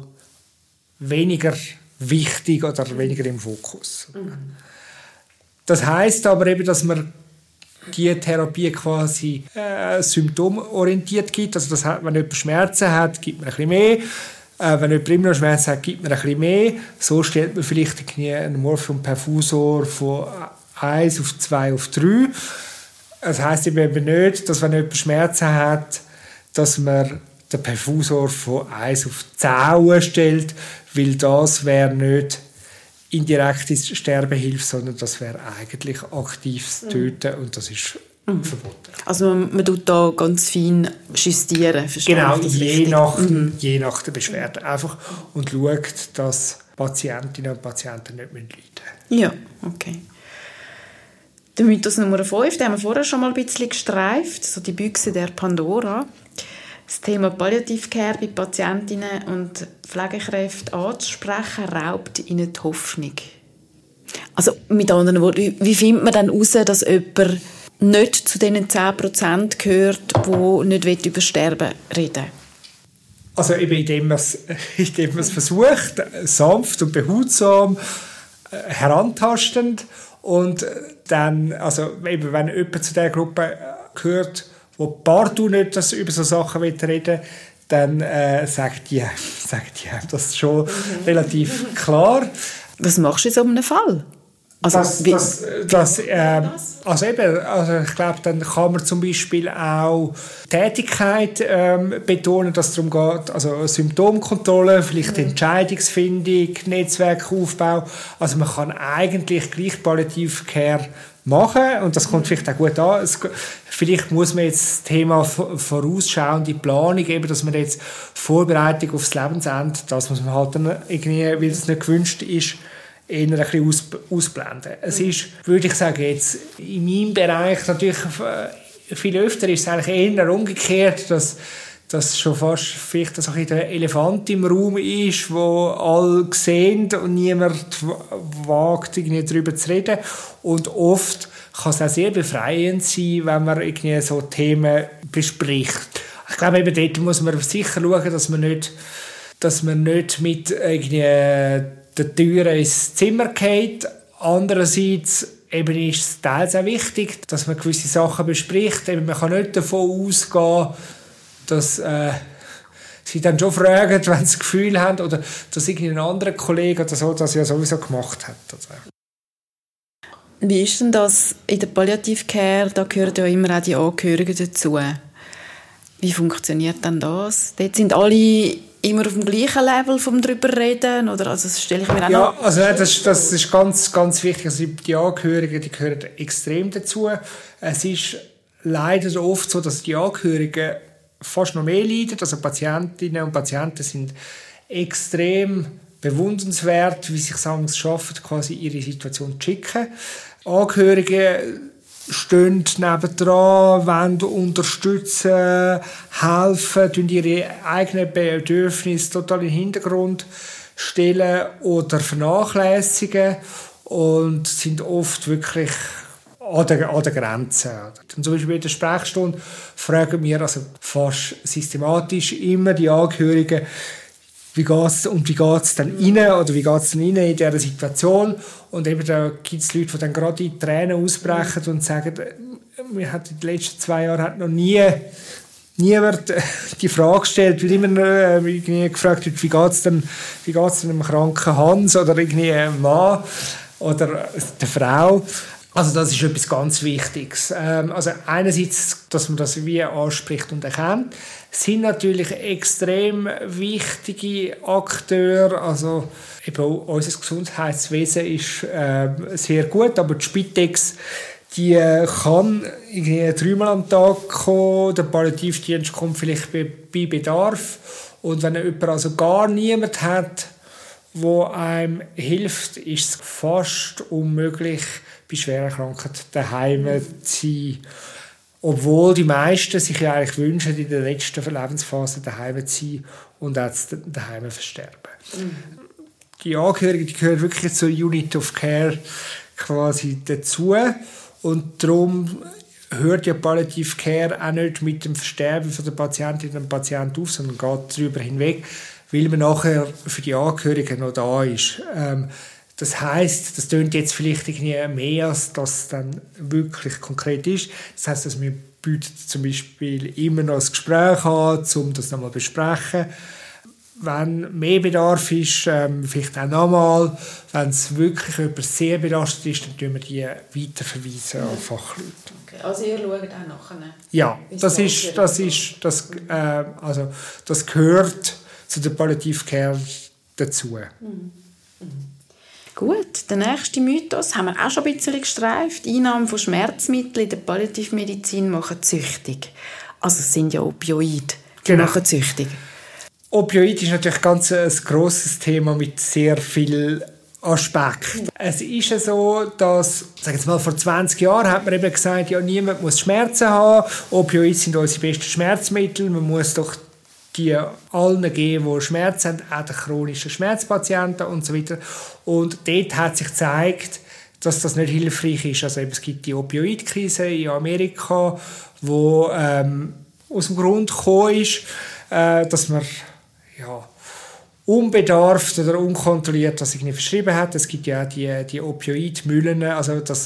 Speaker 2: weniger wichtig oder weniger im Fokus. Mhm. Das heisst aber eben, dass man die Therapie quasi äh, symptomorientiert gibt. Also das hat, wenn jemand Schmerzen hat, gibt man ein bisschen mehr. Äh, wenn jemand immer noch Schmerzen hat, gibt man ein bisschen mehr. So stellt man vielleicht einen Morphium-Perfusor von eins auf zwei auf drei. Das heisst eben nicht, dass wenn jemand Schmerzen hat, dass man den Perfusor von eins auf zehn stellt, weil das wäre nicht indirektes Sterbehilfe, sondern das wäre eigentlich aktives Töten, und das ist mhm. verboten.
Speaker 3: Also man, man tut da ganz fein justieren.
Speaker 2: Genau, je nach, mhm. je nach der Beschwerde einfach, und schaut, dass Patientinnen und Patienten nicht leiden müssen.
Speaker 3: Ja, okay. Der Mythos Nummer fünf, den haben wir vorher schon mal ein bisschen gestreift, so die Büchse der Pandora. Das Thema Palliative Care bei Patientinnen und Pflegekräften anzusprechen, raubt ihnen die Hoffnung. Also mit anderen Worten, wie, wie findet man dann heraus, dass jemand nicht zu diesen zehn Prozent gehört, die nicht über Sterben reden?
Speaker 2: Also eben indem man es, indem man es versucht, sanft und behutsam, äh, herantastend, und dann, also eben, wenn jemand zu dieser Gruppe gehört, wo partout nicht das über so Sachen reden will, dann äh, sagt die, sagt die das schon mhm. relativ klar.
Speaker 3: Was machst du in so einem Fall? Also,
Speaker 2: das, das, das, äh, also eben, also ich glaube, dann kann man zum Beispiel auch Tätigkeit ähm, betonen, dass es darum geht, also Symptomkontrolle, vielleicht mhm. Entscheidungsfindung, Netzwerkaufbau. Also man kann eigentlich gleich Palliative Care machen, und das kommt vielleicht auch gut an. Es, vielleicht muss man jetzt das Thema vorausschauende Planung, eben, dass man jetzt Vorbereitung aufs Lebensende, das muss man halt dann irgendwie, weil es nicht gewünscht ist, eher ein bisschen aus, ausblenden. Es ist, würde ich sagen, jetzt in meinem Bereich natürlich viel öfter ist es eigentlich eher umgekehrt, dass dass schon fast vielleicht so ein der Elefant im Raum ist, wo alle sehen und niemand wagt, irgendwie darüber zu reden. Und oft kann es auch sehr befreiend sein, wenn man irgendwie so Themen bespricht. Ich glaube, eben dort muss man sicher schauen, dass man nicht, dass man nicht mit irgendwie der Tür ins Zimmer geht. Andererseits eben ist es teils auch wichtig, dass man gewisse Sachen bespricht. Eben, man kann nicht davon ausgehen, dass äh, sie dann schon fragen, wenn sie das Gefühl haben, oder dass irgendein anderer Kollege oder so das ja sowieso gemacht hat. Also.
Speaker 3: Wie ist denn das in der Palliative Care? Da gehören ja immer auch die Angehörigen dazu. Wie funktioniert denn das? Dort sind alle immer auf dem gleichen Level vom drüber reden, oder? Also das stelle ich mir auch
Speaker 2: ja,
Speaker 3: noch...
Speaker 2: also das, das ist ganz, ganz wichtig. Also die Angehörigen, die gehören extrem dazu. Es ist leider oft so, dass die Angehörigen fast noch mehr leiden. Also Patientinnen und Patienten sind extrem bewundernswert, wie sich es schaffen, quasi ihre Situation zu schicken. Angehörige stehen nebendran, wollen unterstützen, helfen, tun ihre eigenen Bedürfnisse total in den Hintergrund stellen oder vernachlässigen und sind oft wirklich an der, an der Grenze. Und zum Beispiel in der Sprechstunde fragen wir also fast systematisch immer die Angehörigen, wie geht's und wie geht's dann rein oder wie geht's dann rein in dieser Situation. Und eben da gibt es Leute, die dann gerade in Tränen ausbrechen und sagen, wir hatten in den letzten zwei Jahren hat noch nie niemand die Frage gestellt, weil immer äh, irgendwie gefragt wird, wie geht's denn, wie geht's denn einem kranken Hans oder irgendwie einem Mann oder der Frau. Also das ist etwas ganz Wichtiges. Ähm, also einerseits, dass man das wie anspricht und erkennt, sind natürlich extrem wichtige Akteure. Also eben unser Gesundheitswesen ist äh, sehr gut, aber die Spitex, die kann irgendwie dreimal am Tag kommen, der Palliativdienst kommt vielleicht bei, bei Bedarf. Und wenn jemand also gar niemand hat, wo einem hilft, ist es fast unmöglich, bei schweren Krankheiten daheim zu sein. Obwohl die meisten sich ja eigentlich wünschen, in der letzten Lebensphase daheim zu sein und auch daheim versterben. Mhm. Die Angehörigen, die gehören wirklich zur Unit of Care quasi dazu. Und darum hört ja Palliative Care auch nicht mit dem Versterben von der Patientin und dem Patienten auf, sondern geht darüber hinweg, weil man nachher für die Angehörigen noch da ist. Ähm, das heisst, das klingt jetzt vielleicht irgendwie mehr, als das dann wirklich konkret ist. Das heisst, dass wir bieten zum Beispiel immer noch ein Gespräch an, um das nochmal zu besprechen. Wenn mehr Bedarf ist, ähm, vielleicht auch nochmal. Wenn es wirklich jemand sehr belastet ist, dann tun wir die weiterverweisen an Fachleute.
Speaker 3: Okay. Also ihr schaut auch nachher?
Speaker 2: Ja, das ist, das ist, das, äh, also das gehört zu der Palliative Care dazu.
Speaker 3: Mhm. Mhm. Gut, der nächste Mythos haben wir auch schon ein bisschen gestreift. Die Einnahme von Schmerzmitteln in der Palliativmedizin machen süchtig. Also es sind ja Opioide, die genau. machen süchtig.
Speaker 2: Opioid ist natürlich ganz ein grosses Thema mit sehr vielen Aspekten. Es ist ja so, dass, sag jetzt mal, vor zwanzig Jahren hat man eben gesagt, ja, niemand muss Schmerzen haben. Opioide sind unsere besten Schmerzmittel. Man muss doch die allen geben, die Schmerzen haben, auch den chronischen Schmerzpatienten und so weiter. Und dort hat sich gezeigt, dass das nicht hilfreich ist. Also eben, es gibt die Opioidkrise in Amerika, die ähm, aus dem Grund gekommen ist, äh, dass man ja, unbedarft oder unkontrolliert das irgendwie verschrieben hat. Es gibt ja auch die, die Opioidmühlen, also dass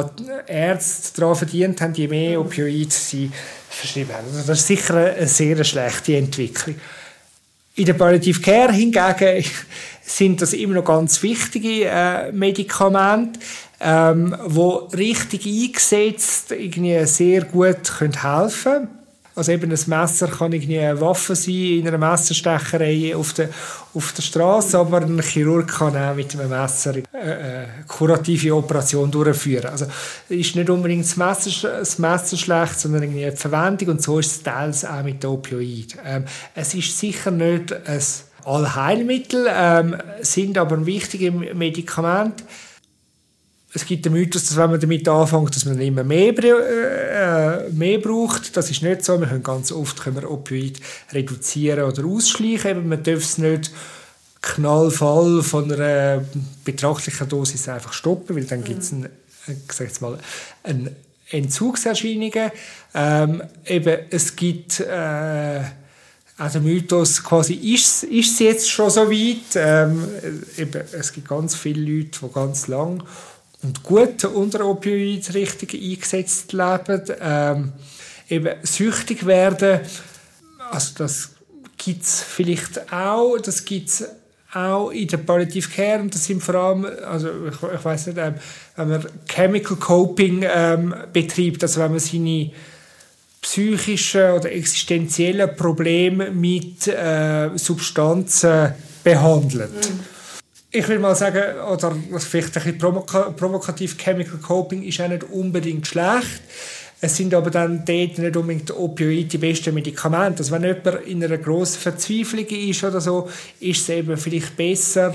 Speaker 2: Ärzte daran verdient haben, je mehr Opioide sie verschrieben haben. Also das ist sicher eine sehr schlechte Entwicklung. In der Palliative Care hingegen sind das immer noch ganz wichtige äh, Medikamente, ähm, die richtig eingesetzt irgendwie sehr gut können helfen können. Also eben ein Messer kann irgendwie eine Waffe sein in einer Messerstecherei auf der, auf der Straße, aber ein Chirurg kann auch mit einem Messer eine, eine kurative Operation durchführen. Also ist nicht unbedingt das Messer, das Messer schlecht, sondern irgendwie die Verwendung, und so ist es teils auch mit den Opioiden. Ähm, es ist sicher nicht ein Allheilmittel, ähm, sind aber ein wichtiges Medikament. Es gibt den Mythos, dass wenn man damit anfängt, dass man immer mehr, äh, mehr braucht. Das ist nicht so. Wir können ganz oft können wir Opioid reduzieren oder ausschleichen. Eben, man darf es nicht knallvoll von einer betrachtlichen Dosis einfach stoppen, weil dann gibt es ein, sag jetzt mal, eine Entzugserscheinungen. Ähm, eben, es gibt äh, auch den Mythos, quasi, ist, ist es jetzt schon so weit? Ähm, eben, es gibt ganz viele Leute, die ganz lang und gut unter Opioid richtig eingesetzt leben, ähm, eben süchtig werden. Also das gibt es vielleicht auch, das gibt es auch in der Palliative Care, und das sind vor allem, also ich, ich weiss nicht, ähm, wenn man Chemical Coping ähm, betreibt, also wenn man seine psychischen oder existenziellen Probleme mit äh, Substanzen behandelt. Mhm. Ich will mal sagen, oder vielleicht ein bisschen provoka- provokativ, Chemical Coping ist auch nicht unbedingt schlecht. Es sind aber dann dort nicht unbedingt Opioide die besten Medikamente. Also wenn jemand in einer grossen Verzweiflung ist oder so, ist es eben vielleicht besser,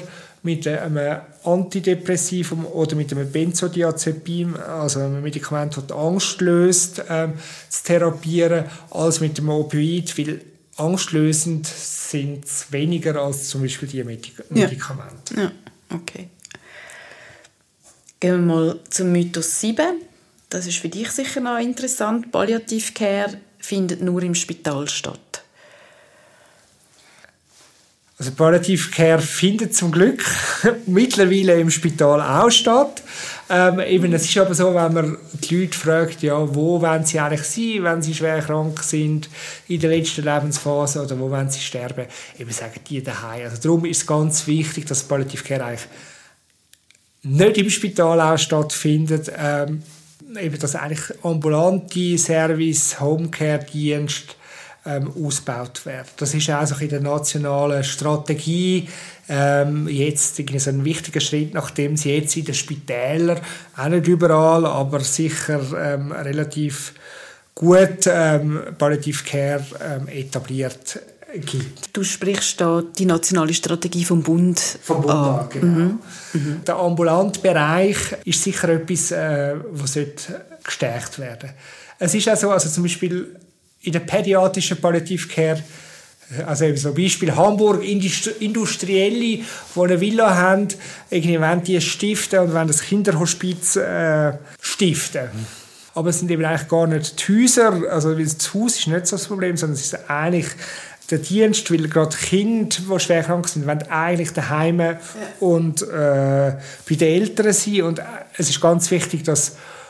Speaker 2: mit einem Antidepressivum oder mit einem Benzodiazepin, also einem Medikament, das die Angst löst, ähm, zu therapieren, als mit dem Opioid, weil angstlösend sind es weniger als zum Beispiel die Medik- Medikamente.
Speaker 3: Ja. Ja, okay. Gehen wir mal zum Mythos sieben. Das ist für dich sicher noch interessant. Palliative Care findet nur im Spital statt.
Speaker 2: Also Palliative Care findet zum Glück mittlerweile im Spital auch statt. Ähm, eben, es ist aber so, wenn man die Leute fragt, ja, wo wollen sie eigentlich sein, wenn sie schwer krank sind, in der letzten Lebensphase, oder wo wollen sie sterben, eben sagen die daheim. Also darum ist es ganz wichtig, dass Palliative Care eigentlich nicht im Spital auch stattfindet, ähm, eben, dass eigentlich ambulante Service, Homecare-Dienst ähm, ausgebaut werden. Das ist auch so in der nationalen Strategie ähm, jetzt irgendwie so ein wichtiger Schritt, nachdem sie jetzt in den Spitälern, auch nicht überall, aber sicher ähm, relativ gut ähm, Palliative Care ähm, etabliert gibt.
Speaker 3: Du sprichst da die nationale Strategie vom Bund
Speaker 2: Vom Bund
Speaker 3: an.
Speaker 2: an, genau.
Speaker 3: Mhm. Mhm.
Speaker 2: Der ambulante Bereich ist sicher etwas, äh, was gestärkt werden sollte. Es ist auch so, also zum Beispiel in der pädiatrischen Palliative Care, also eben so Beispiel Hamburg, Industrielle, die eine Villa haben, irgendwie wollen die stiften und wollen das Kinderhospiz äh, stiften. Aber es sind eben eigentlich gar nicht die Häuser, also das Haus ist nicht so das Problem, sondern es ist eigentlich der Dienst, weil gerade Kinder, die schwer krank sind, wollen eigentlich daheim ja. und äh, bei den Eltern sein. Und es ist ganz wichtig, dass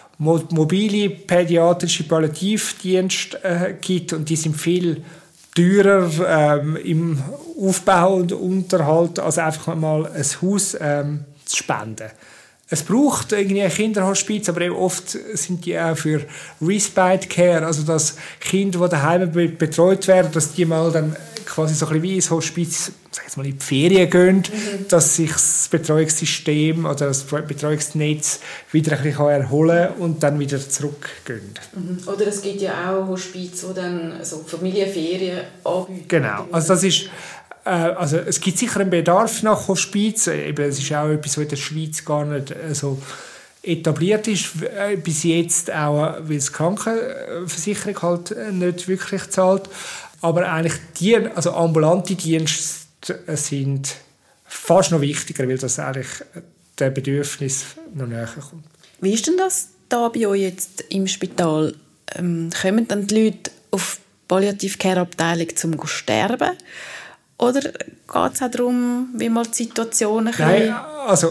Speaker 2: mobile pädiatrische Palliativdienste äh, gibt und die sind viel teurer ähm, im Aufbau und Unterhalt, als einfach mal ein Haus ähm, zu spenden. Es braucht irgendwie ein Kinderhospiz, aber eben oft sind die auch für Respite Care, also dass Kinder, die daheim betreut werden, dass die mal dann quasi so ein bisschen wie ins Hospiz, sag jetzt mal, in die Ferien gehen, mhm. dass sich das Betreuungssystem oder das Betreuungsnetz wieder ein bisschen erholen kann und dann wieder zurückgehen.
Speaker 3: Mhm. Oder es gibt ja auch Hospiz, die dann so Familienferien anbieten.
Speaker 2: Genau, also das ist Also es gibt sicher einen Bedarf nach Hospiz. Es ist auch etwas, was in der Schweiz gar nicht so etabliert ist. Bis jetzt auch, weil die Krankenversicherung halt nicht wirklich zahlt. Aber eigentlich die, also ambulante Dienste sind fast noch wichtiger, weil das eigentlich den Bedürfnis noch näher kommt.
Speaker 3: Wie ist denn das da bei euch jetzt im Spital? Ähm, kommen dann die Leute auf die Palliative Care Abteilung zum zu sterben? Oder geht es auch darum, wie mal die Situation ein
Speaker 2: Nein, also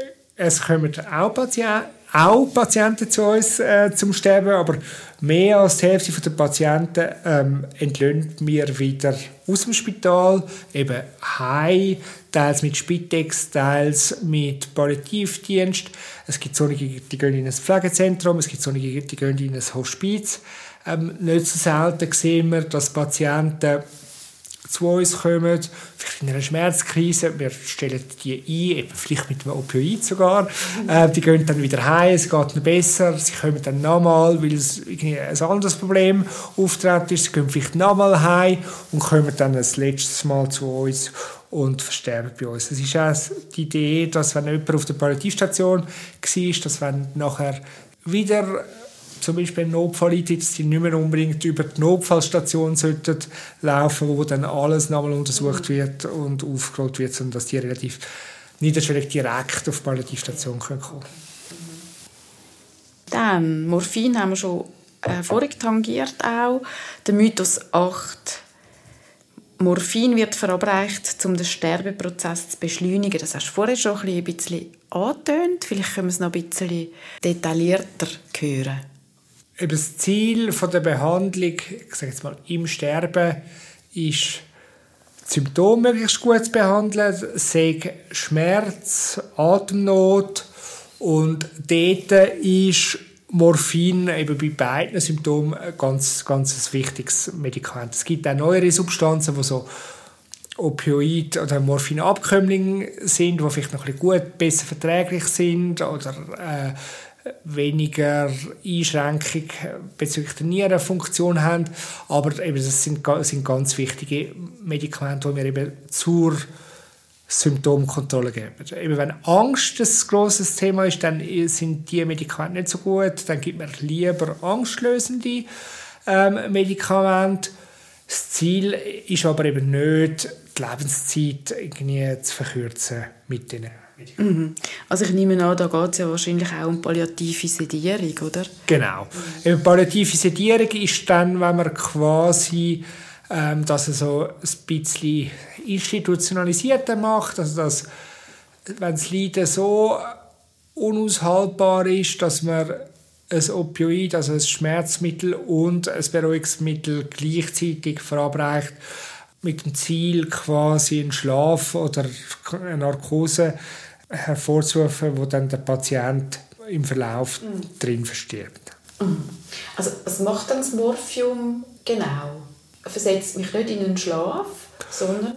Speaker 2: es kommen auch Patienten, auch Patienten zu uns äh, zum Sterben, aber mehr als die Hälfte der Patienten ähm, entlöhnen wir wieder aus dem Spital, eben heim, teils mit Spitex, teils mit Palliativdienst. Es gibt solche, die gehen in ein Pflegezentrum, es gibt solche, die gehen in ein Hospiz. Ähm, nicht so selten sehen wir, dass Patienten zu uns kommen, vielleicht in einer Schmerzkrise, wir stellen die ein, eben vielleicht mit einem Opioid sogar, äh, die gehen dann wieder heim, es geht ihnen besser, sie kommen dann nochmal, weil es irgendwie ein anderes Problem auftreten ist, sie gehen vielleicht nochmal heim und kommen dann das letzte Mal zu uns und versterben bei uns. Es ist auch die Idee, dass wenn jemand auf der Palliativstation war, dass wenn nachher wieder zum Beispiel ein Notfall eintritt, dass die nicht mehr unbedingt über die Notfallstation sollten laufen, wo dann alles nochmal untersucht wird und aufgerollt wird, sondern dass die relativ niederschwellig direkt auf die Palliativstation kommen können.
Speaker 3: Dann, Morphin haben wir schon äh, vorhin tangiert auch. Der Mythos acht. Morphin wird verabreicht, um den Sterbeprozess zu beschleunigen. Das hast du vorher schon ein bisschen angetönt. Vielleicht können wir es noch ein bisschen detaillierter hören.
Speaker 2: Das Ziel der Behandlung, ich sage jetzt mal, im Sterben ist, die Symptome möglichst gut zu behandeln, sei Schmerz, Atemnot, und dort ist Morphin eben bei beiden Symptomen ein ganz, ganz wichtiges Medikament. Es gibt auch neuere Substanzen, die so Opioid- oder Morphinabkömmlinge sind, die vielleicht noch ein bisschen gut, besser verträglich sind oder äh, weniger Einschränkung bezüglich der Nierenfunktion haben. Aber eben, das sind, sind ganz wichtige Medikamente, die wir eben zur Symptomkontrolle geben. Eben wenn Angst ein grosses Thema ist, dann sind die Medikamente nicht so gut. Dann gibt man lieber angstlösende ähm, Medikamente. Das Ziel ist aber eben nicht, die Lebenszeit irgendwie zu verkürzen mit diesen Medikamenten.
Speaker 3: Mhm. Also ich nehme an, da geht es ja wahrscheinlich auch um palliative Sedierung, oder?
Speaker 2: Genau. Mhm. Palliative Sedierung ist dann, wenn man quasi ähm, das so ein bisschen institutionalisierter macht, also dass, wenn das Leiden so unaushaltbar ist, dass man ein Opioid, also ein Schmerzmittel und ein Beruhigungsmittel gleichzeitig verabreicht, mit dem Ziel, quasi einen Schlaf oder eine Narkose hervorzurufen, wo dann der Patient im Verlauf mhm. drin verstirbt.
Speaker 3: Mhm. Also was macht dann das Morphium genau? Versetzt mich nicht in einen Schlaf, sondern...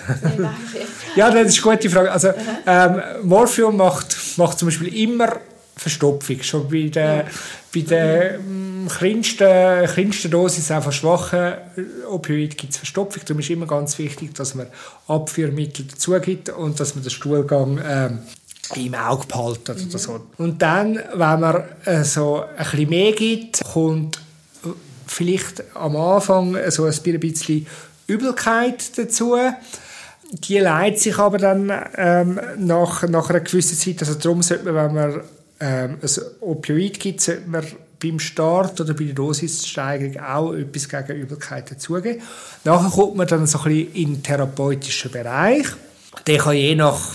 Speaker 2: ja, das ist eine gute Frage. Also, ähm, Morphium macht, macht zum Beispiel immer Verstopfung. Schon bei der, ja. bei der ähm, kleinsten, kleinsten Dosis, auch von schwachen Opioiden, gibt es Verstopfung. Darum ist immer ganz wichtig, dass man Abführmittel dazu gibt und dass man den Stuhlgang ähm, im Auge behalten. Also mhm. so. Und dann, wenn man äh, so ein bisschen mehr gibt, kommt vielleicht am Anfang so ein bisschen Übelkeit dazu. Die leitet sich aber dann ähm, nach, nach einer gewissen Zeit. Also darum sollte man, wenn man ähm, ein Opioid gibt, sollte man beim Start oder bei der Dosissteigerung auch etwas gegen Übelkeit dazugeben. Nachher kommt man dann so ein bisschen in den therapeutischen Bereich. Der kann je nach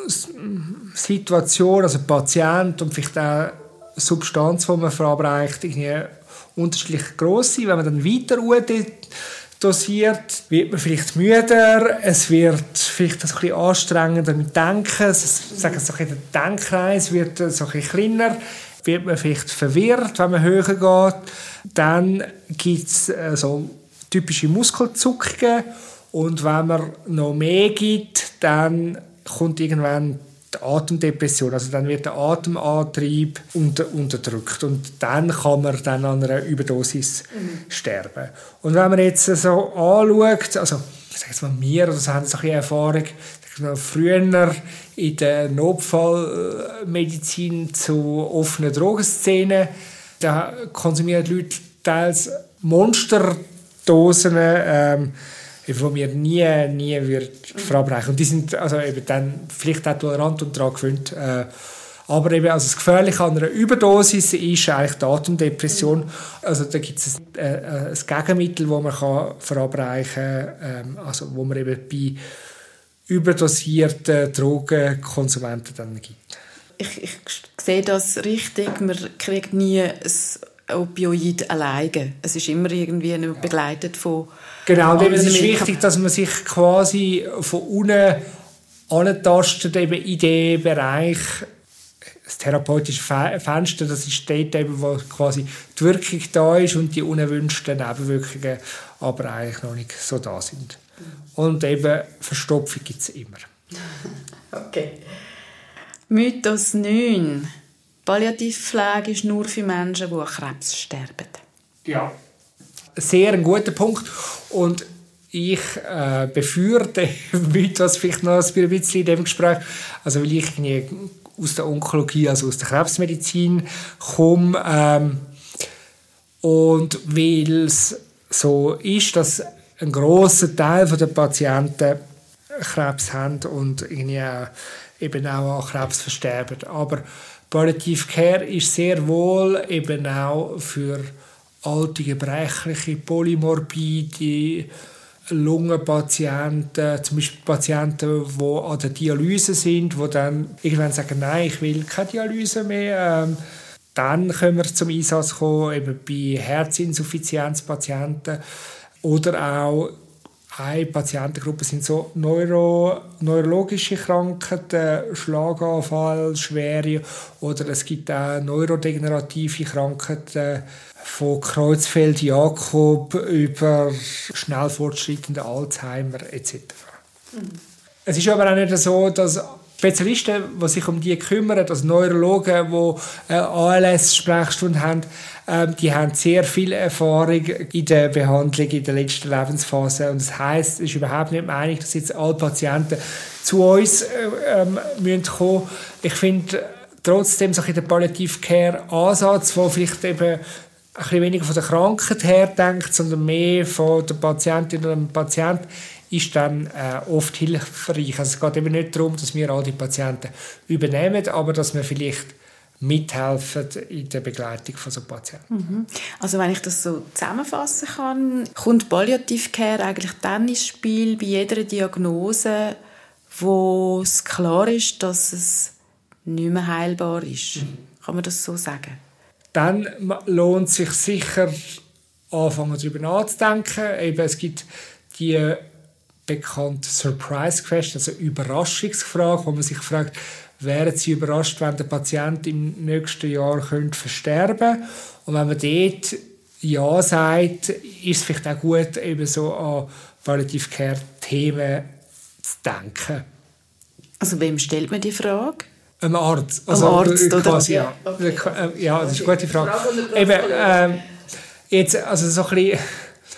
Speaker 2: Situation, also Patient und vielleicht auch Substanz, die man verabreicht, irgendwie unterschiedlich gross sein. Wenn man dann weiter dosiert, wird man vielleicht müder, es wird vielleicht ein bisschen anstrengender mit Denken, es, sagen so ein der Denkkreis wird so ein bisschen kleiner, wird man vielleicht verwirrt, wenn man höher geht. Dann gibt es äh, so typische Muskelzuckungen und wenn man noch mehr gibt, dann kommt irgendwann die Atemdepression, also dann wird der Atemantrieb unter, unterdrückt und dann kann man dann an einer Überdosis mhm. sterben. Und wenn man jetzt so anschaut, also ich sage jetzt mal wir, oder so haben so eine Erfahrung, früher in der Notfallmedizin zu offenen Drogenszenen, da konsumieren die Leute teils Monsterdosen, ähm, die wir nie, nie wird verabreichen. Und die sind also eben dann vielleicht auch tolerant und daran gewöhnt. Äh, aber eben, also das Gefährliche an einer Überdosis ist eigentlich die Atemdepression. Also da gibt es ein, äh, ein Gegenmittel, das man kann verabreichen kann, ähm, also wo man eben bei überdosierten Drogenkonsumenten dann gibt.
Speaker 3: Ich, ich sehe das richtig. Man kriegt nie ein Opioid alleine. Es ist immer irgendwie begleitet von...
Speaker 2: Genau, und es ist wichtig, dass man sich quasi von unten antastet, eben in den Bereich, das therapeutische Fenster, das ist dort eben, wo quasi die Wirkung da ist und die unerwünschten Nebenwirkungen aber eigentlich noch nicht so da sind. Und eben Verstopfung gibt es immer.
Speaker 3: Okay. Mythos neun. Palliativpflege ist nur für Menschen, die an Krebs sterben.
Speaker 2: Ja. Sehr ein guter Punkt. Und ich äh, befürchte Mythos vielleicht noch ein bisschen in dem Gespräch, also weil ich aus der Onkologie, also aus der Krebsmedizin komme ähm, und weil es so ist, dass ein grosser Teil der Patienten Krebs haben und irgendwie auch, eben auch an Krebs versterben. Aber Palliative Care ist sehr wohl eben auch für alte, gebrechliche, polymorbide Lungenpatienten, zum Beispiel Patienten, die an der Dialyse sind, die dann irgendwann sagen, nein, ich will keine Dialyse mehr. Ähm, dann können wir zum Einsatz kommen, eben bei Herzinsuffizienzpatienten oder auch eine Patientengruppe sind so Neuro, neurologische Krankheiten, Schlaganfall, schwere, oder es gibt auch neurodegenerative Krankheiten von Creutzfeldt-Jakob über schnell fortschreitende Alzheimer et cetera. Mhm. Es ist aber auch nicht so, dass Spezialisten, die sich um die kümmern, also Neurologen, die äh, A L S-Sprechstunden haben, ähm, die haben sehr viel Erfahrung in der Behandlung in der letzten Lebensphase. Und das heisst, es ist überhaupt nicht einig, dass jetzt alle Patienten zu uns äh, ähm, müssen kommen. Ich finde trotzdem so in der Palliative Care Ansatz, der vielleicht eben ein bisschen weniger von der Krankheit her denkt, sondern mehr von der Patientin oder dem Patienten, ist dann äh, oft hilfreich. Also es geht eben nicht darum, dass wir all die Patienten übernehmen, aber dass wir vielleicht mithelfen in der Begleitung von so Patienten.
Speaker 3: Mhm. Also wenn ich das so zusammenfassen kann, kommt Palliative Care eigentlich dann ins Spiel bei jeder Diagnose, wo es klar ist, dass es nicht mehr heilbar ist. Mhm. Kann man das so sagen?
Speaker 2: Dann lohnt es sich sicher, anfangen darüber nachzudenken. Eben, es gibt die bekannte Surprise Question, also Überraschungsfrage, wo man sich fragt, wären Sie überrascht, wenn der Patient im nächsten Jahr könnte versterben? Und wenn man dort Ja sagt, ist es vielleicht auch gut, eben so an Palliative Care Themen zu denken.
Speaker 3: Also wem stellt man die Frage?
Speaker 2: Einem Arzt. Also,
Speaker 3: Am Arzt,
Speaker 2: quasi,
Speaker 3: oder?
Speaker 2: Ja. Okay. Ja, das ist eine gute Frage. Eben, ähm, jetzt, also so ein bisschen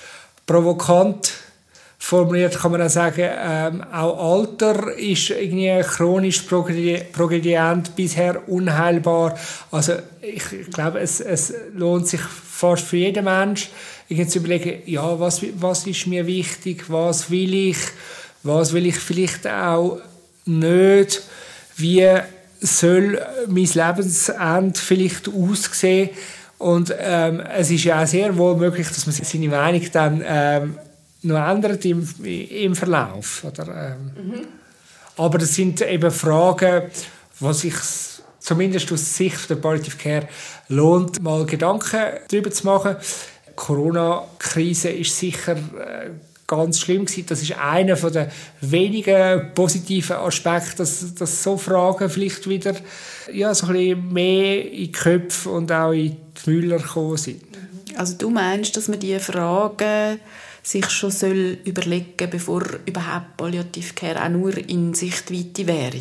Speaker 2: provokant formuliert kann man auch sagen, ähm, auch Alter ist irgendwie chronisch progredient, bisher unheilbar. Also ich, ich glaube, es, es lohnt sich fast für jeden Mensch, irgendwie zu überlegen, ja, was, was ist mir wichtig, was will ich, was will ich vielleicht auch nicht, wie soll mein Lebensende vielleicht aussehen. Und ähm, es ist ja auch sehr wohl möglich, dass man seine Meinung dann ähm, noch ändert im, im Verlauf. Oder, ähm. mhm. Aber das sind eben Fragen, die sich zumindest aus Sicht der Palliative Care lohnt, mal Gedanken darüber zu machen. Die Corona-Krise ist sicher äh, ganz schlimm gewesen. Das ist einer der wenigen positiven Aspekte, dass, dass so Fragen vielleicht wieder ja, so ein bisschen mehr in die Köpfe und auch in die Müller gekommen sind.
Speaker 3: Also du meinst, dass man diese Fragen sich schon soll überlegen, bevor überhaupt Palliative Care auch nur in Sichtweite wäre?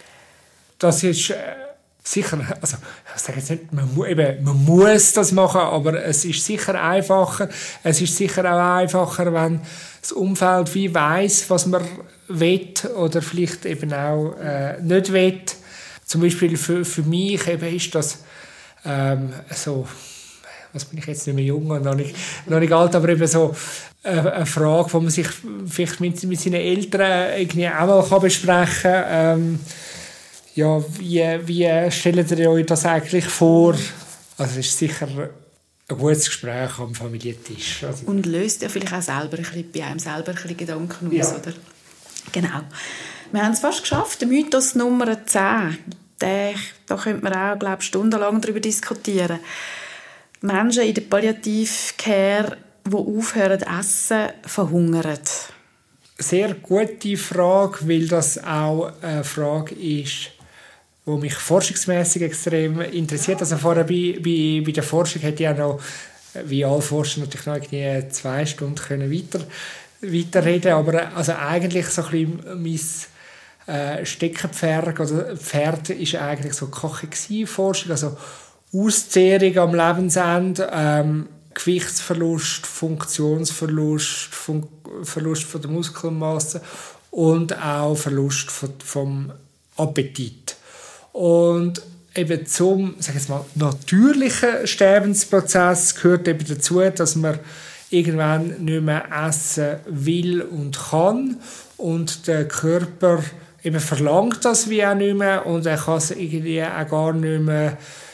Speaker 2: Das ist äh, sicher, also ich sage jetzt nicht, man, mu- eben, man muss das machen, aber es ist sicher einfacher. Es ist sicher auch einfacher, wenn das Umfeld wie weiss, was man will oder vielleicht eben auch äh, nicht will. Zum Beispiel für, für mich eben ist das ähm, so, was bin ich jetzt nicht mehr jung und noch nicht, noch nicht alt, aber eben so äh, eine Frage, die man sich vielleicht mit, mit seinen Eltern irgendwie auch mal besprechen kann. Ähm, ja, wie, wie stellt ihr euch das eigentlich vor? Also es ist sicher ein gutes Gespräch am Familientisch. Also.
Speaker 3: Und löst ja vielleicht auch selber ein bisschen, bei einem selber ein bisschen Gedanken aus,
Speaker 2: ja.
Speaker 3: oder? Genau. Wir haben es fast geschafft, der Mythos Nummer zehn. Den, da könnte man auch, glaube ich, stundenlang darüber diskutieren. Menschen in der Palliative Care, die aufhören zu essen, verhungern.
Speaker 2: Sehr gute Frage, weil das auch eine Frage ist, die mich forschungsmässig extrem interessiert. Also vorher bei, bei, bei der Forschung hätte ich auch noch, wie alle Forscher, natürlich noch irgendwie zwei Stunden können weiter, weiterreden, aber also eigentlich so ein bisschen mein äh, Steckenpferd oder Pferd ist eigentlich so Kochexie-Forschung, also Auszehrung am Lebensende, ähm, Gewichtsverlust, Funktionsverlust, Fun- Verlust von der Muskelmasse und auch Verlust von, vom Appetit. Und eben zum, sag ich jetzt mal, natürlichen Sterbensprozess gehört eben dazu, dass man irgendwann nicht mehr essen will und kann und der Körper eben verlangt das wie auch nicht mehr und er kann es irgendwie auch gar nicht mehr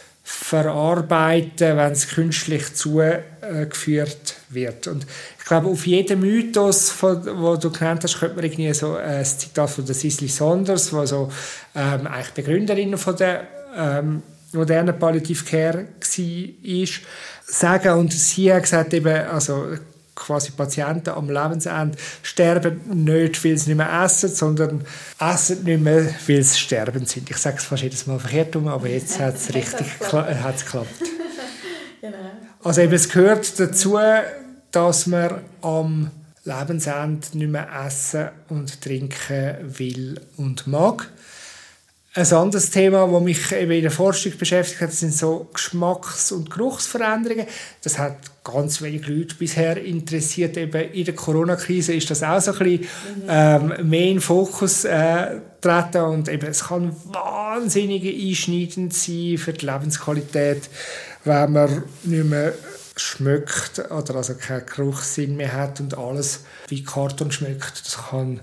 Speaker 2: verarbeiten, wenn es künstlich zugeführt wird. Und ich glaube, auf jeden Mythos, den du genannt hast, könnte man irgendwie so ein Zitat von der Cicely Saunders, die so, ähm, eigentlich Begründerin von der ähm, modernen Palliative Care war, sagen. Und sie hat gesagt, eben, also quasi Patienten am Lebensende sterben nicht, weil sie nicht mehr essen, sondern essen nicht mehr, weil sie sterbend sind. Ich sage es fast jedes Mal verkehrt um, aber jetzt hat es richtig kla- hat's geklappt. Genau. Also eben, es gehört dazu, dass man am Lebensende nicht mehr essen und trinken will und mag. Ein anderes Thema, das mich eben in der Forschung beschäftigt hat, sind so Geschmacks- und Geruchsveränderungen. Das hat ganz wenige Leute bisher interessiert. Eben in der Corona-Krise ist das auch so ein bisschen ähm, mehr in den Fokus äh, treten. Und eben, es kann wahnsinnig einschneidend sein für die Lebensqualität, wenn man nicht mehr schmeckt oder also keinen Geruchssinn mehr hat und alles wie Karton schmeckt. Das kann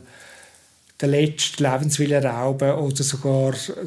Speaker 2: den letzten Lebenswillen rauben oder sogar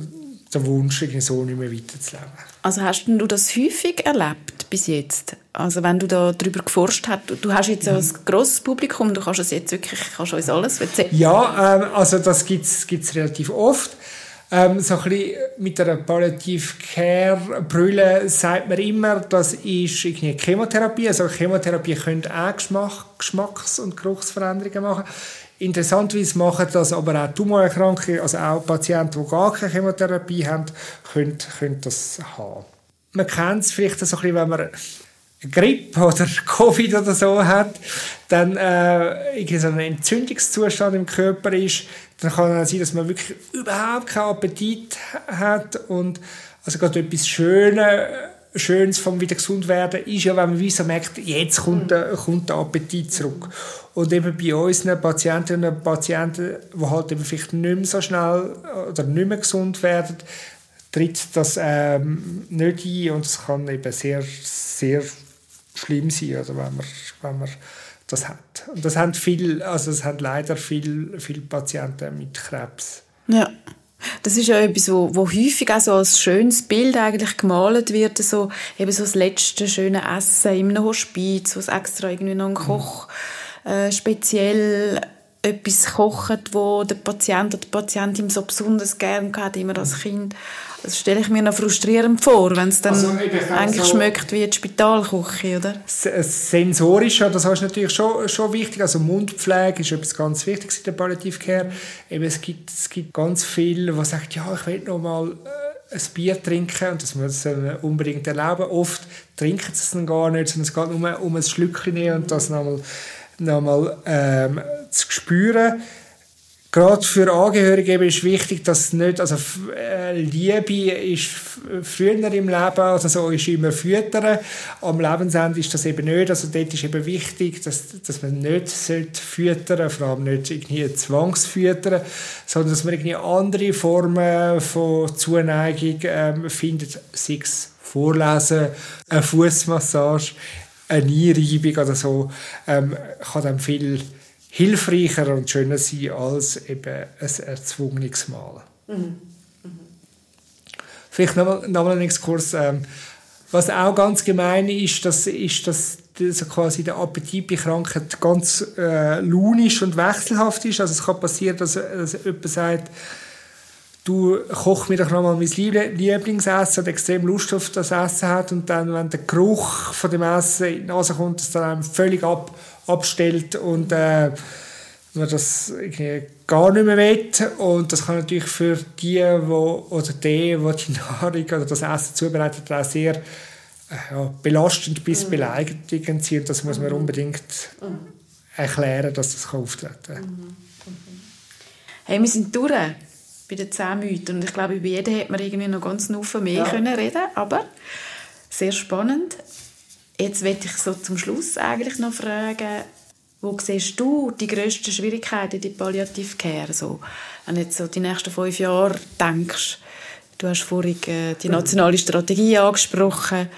Speaker 2: den Wunsch, so nicht mehr weiterzuleben.
Speaker 3: Also hast du das häufig erlebt bis jetzt? Also wenn du da darüber geforscht hast, du hast jetzt mhm. ein grosses Publikum, du kannst es jetzt wirklich, kannst uns alles erzählen.
Speaker 2: Ja, ähm, also das gibt es relativ oft. Ähm, so ein bisschen mit einer Palliative Care Brille sagt man immer, das ist irgendwie Chemotherapie. Also Chemotherapie könnte auch Geschmack, Geschmacks- und Geruchsveränderungen machen. Interessanterweise machen das aber auch Tumorerkrankte, also auch Patienten, die gar keine Chemotherapie haben, können, können das haben. Man kennt es vielleicht so ein bisschen, wenn man eine Grippe oder Covid oder so hat, dann äh, irgendwie so ein Entzündungszustand im Körper ist, dann kann es sein, dass man wirklich überhaupt keinen Appetit hat und also gerade etwas Schönes, Schönes vom wieder gesund werden ist ja, wenn man wie so merkt, jetzt kommt der, kommt der Appetit zurück. Und eben bei unseren Patientinnen und Patienten, die halt eben vielleicht nicht mehr so schnell oder nicht mehr gesund werden, tritt das ähm, nicht ein und es kann eben sehr, sehr schlimm sein, also wenn man, wenn man das hat. Und das haben viel, also das haben leider viele viel Patienten mit Krebs.
Speaker 3: Ja. Das ist ja etwas, wo, wo häufig auch so als schönes Bild eigentlich gemalt wird, so, eben so das letzte schöne Essen in einem Hospiz, wo es extra irgendwie noch ein Koch äh, speziell etwas kocht, wo der Patient oder die Patientin so besonders gerne hat, immer als Kind. Das stelle ich mir noch frustrierend vor, wenn es dann also, eigentlich so schmeckt wie die Spitalküche, oder?
Speaker 2: Sensorisch, das ist natürlich schon, schon wichtig. Also Mundpflege ist etwas ganz Wichtiges in der Palliative Care. Eben, es gibt, es gibt ganz viele, die sagen, ja, ich will noch mal ein Bier trinken und das muss man unbedingt erlauben. Oft trinken sie es dann gar nicht, sondern es geht nur um ein Schlückchen nehmen und das noch mal, noch mal ähm, zu spüren. Gerade für Angehörige ist wichtig, dass nicht, also äh, Liebe ist früher im Leben, also so ist immer füttern. Am Lebensende ist das eben nicht. Also dort ist eben wichtig, dass, dass man nicht füttern sollte, vor allem nicht irgendwie zwangsfüttern, sondern dass man irgendwie andere Formen von Zuneigung ähm, findet, sei es Vorlesen, eine Fußmassage, eine Einreibung oder so, ähm, kann dann viel hilfreicher und schöner sein als eben ein erzwungenes Malen. Mhm. Mhm. Vielleicht nochmal noch einen Exkurs. Ähm, was auch ganz gemein ist, das ist, dass so quasi der Appetit bei Krankheiten ganz äh, launisch und wechselhaft ist. Also es kann passieren, dass, dass jemand sagt, du koch mir doch noch mal mein Lieblingsessen und extrem Lust auf das Essen hat und dann, wenn der Geruch von dem Essen in die Nase kommt, das dann einem völlig ab, abstellt und äh, man das gar nicht mehr will. Und das kann natürlich für die, wo, oder die, die die Nahrung oder das Essen zubereitet, auch sehr äh, ja, belastend bis mhm. beleidigend sein. Und das muss man unbedingt mhm. erklären, dass das auftreten kann.
Speaker 3: Mhm. Hey, wir sind durch bei den zehn Mythen. Und ich glaube, über jeden hätte man irgendwie noch ganz viel mehr ja. können reden, aber sehr spannend. Jetzt möchte ich so zum Schluss eigentlich noch fragen, wo siehst du die grössten Schwierigkeiten in der Palliative Care? So, wenn du jetzt so die nächsten fünf Jahre denkst, du hast vorhin äh, die nationale Strategie angesprochen.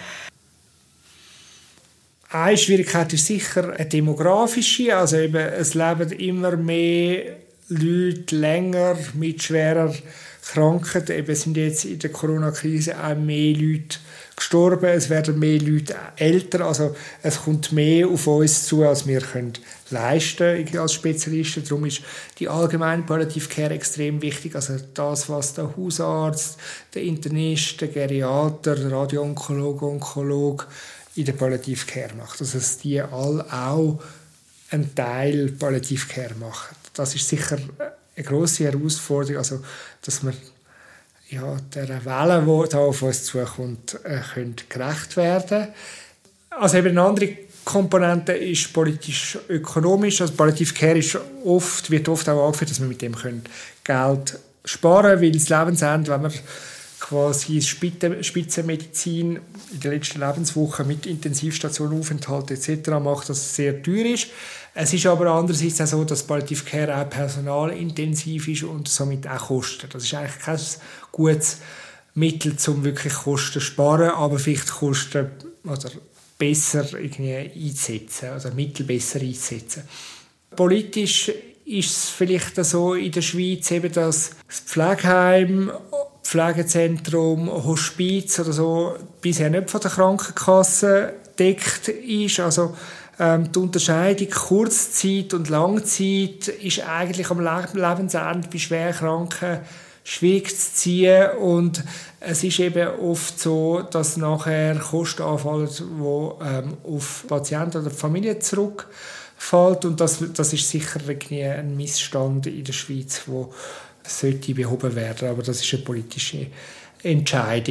Speaker 2: Eine Schwierigkeit ist sicher eine demografische, also eben, es leben immer mehr Leute länger mit schwerer Krankheit. Eben sind jetzt in der Corona-Krise auch mehr Leute gestorben, es werden mehr Leute älter, also es kommt mehr auf uns zu, als wir können leisten als Spezialisten. Darum ist die allgemeine Palliative Care extrem wichtig, also das, was der Hausarzt, der Internist, der Geriater, der Radioonkologe, Onkologe in der Palliative Care macht, also dass die alle auch einen Teil Palliative Care machen. Das ist sicher eine grosse Herausforderung, also dass wir ja, der Welle, die da auf uns zukommt, äh, können gerecht werden. Also eben eine andere Komponente ist politisch-ökonomisch. Also Palliative Care ist oft, wird oft auch angeführt, dass wir mit dem können Geld sparen, weil das Lebensende, wenn man quasi Spitzenmedizin in der letzten Lebenswoche mit Intensivstationenaufenthalt et cetera macht, das sehr teuer ist. Es ist aber andererseits auch so, dass Palliative Care auch personalintensiv ist und somit auch kostet. Das ist eigentlich kein gutes Mittel, um wirklich Kosten zu sparen, aber vielleicht Kosten oder besser irgendwie einzusetzen, also Mittel besser einzusetzen. Politisch ist es vielleicht so in der Schweiz eben, dass das Pflegeheim, Pflegezentrum, Hospiz oder so bisher nicht von der Krankenkasse gedeckt ist. Also ähm, die Unterscheidung Kurzzeit und Langzeit ist eigentlich am Lebensende bei Schwerkranken schwierig zu ziehen, und es ist eben oft so, dass nachher Kosten anfallen, die ähm, auf Patienten oder Familie zurückfallen, und das, das ist sicher ein Missstand in der Schweiz, wo sollte behoben werden, aber das ist eine politische Entscheidung.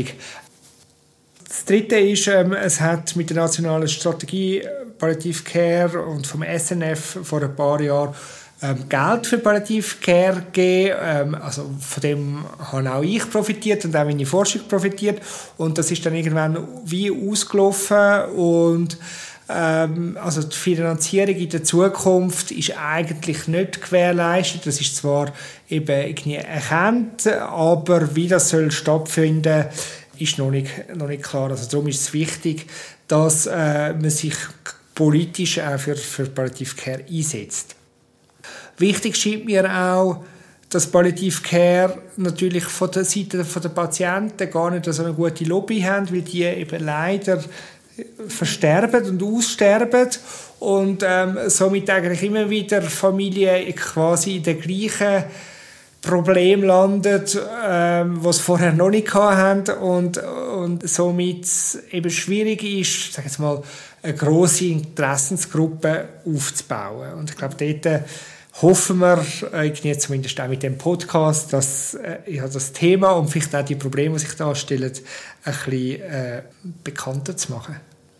Speaker 2: Das Dritte ist, ähm, es hat mit der nationalen Strategie Palliative Care und vom S N F vor ein paar Jahren ähm, Geld für Palliative Care gegeben. Ähm, also von dem habe auch ich profitiert und auch meine Forschung profitiert, und das ist dann irgendwann wie ausgelaufen, und Ähm, also die Finanzierung in der Zukunft ist eigentlich nicht gewährleistet. Das ist zwar eben irgendwie erkannt, aber wie das soll stattfinden, ist noch nicht, noch nicht klar. Also darum ist es wichtig, dass äh, man sich politisch auch für, für Palliative Care einsetzt. Wichtig scheint mir auch, dass Palliative Care natürlich von der Seite der Patienten gar nicht so eine gute Lobby haben, weil die eben leider versterben und aussterben, und ähm, somit eigentlich immer wieder Familien quasi in den gleichen Problem landet, ähm, was vorher noch nicht hatten, und, und somit eben schwierig ist, sag jetzt mal, eine grosse Interessensgruppe aufzubauen. Und ich glaube, dort hoffen wir, äh, zumindest auch mit dem Podcast, dass äh, ja, das Thema und vielleicht auch die Probleme, die sich darstellen, ein bisschen äh, bekannter zu machen.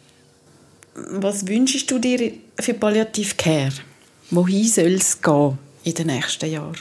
Speaker 3: Was wünschst du dir für Palliative Care? Wohin soll es gehen in den nächsten Jahren?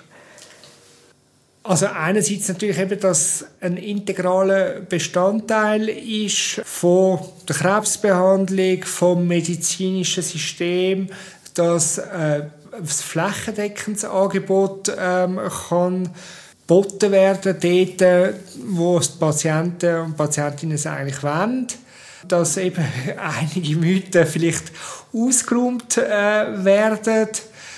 Speaker 2: Also einerseits natürlich eben, dass ein integraler Bestandteil ist von der Krebsbehandlung, vom medizinischen System, dass äh, ein flächendeckendes Angebot ähm, kann geboten werden, dort, wo die Patienten und Patientinnen es eigentlich wollen. Dass eben einige Mythen vielleicht ausgeräumt äh, werden,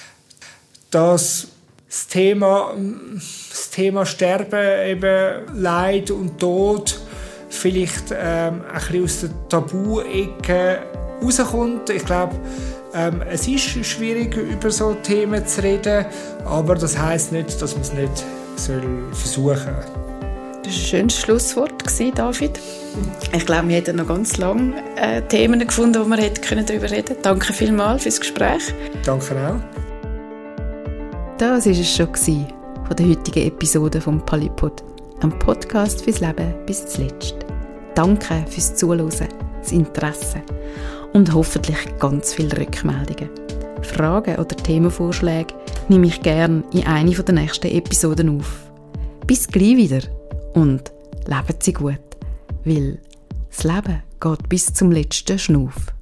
Speaker 2: dass das Thema, das Thema Sterben, eben Leid und Tod vielleicht ähm, ein bisschen aus der Tabu-Ecke rauskommt. Ich glaube, ähm, es ist schwierig, über so Themen zu reden, aber das heisst nicht, dass man es nicht soll versuchen soll.
Speaker 3: Das war ein schönes Schlusswort, David. Ich glaube, wir hätten noch ganz lange äh, Themen gefunden, wo wir hätten darüber reden können. Danke vielmals fürs Gespräch.
Speaker 2: Danke auch.
Speaker 1: Das war es schon von der heutigen Episode vom Polypod, einem Podcast fürs Leben bis zuletzt. Danke fürs Zuhören, das Interesse und hoffentlich ganz viele Rückmeldungen. Fragen oder Themenvorschläge nehme ich gerne in eine der nächsten Episoden auf. Bis gleich wieder und leben Sie gut, weil das Leben geht bis zum letzten Schnuff.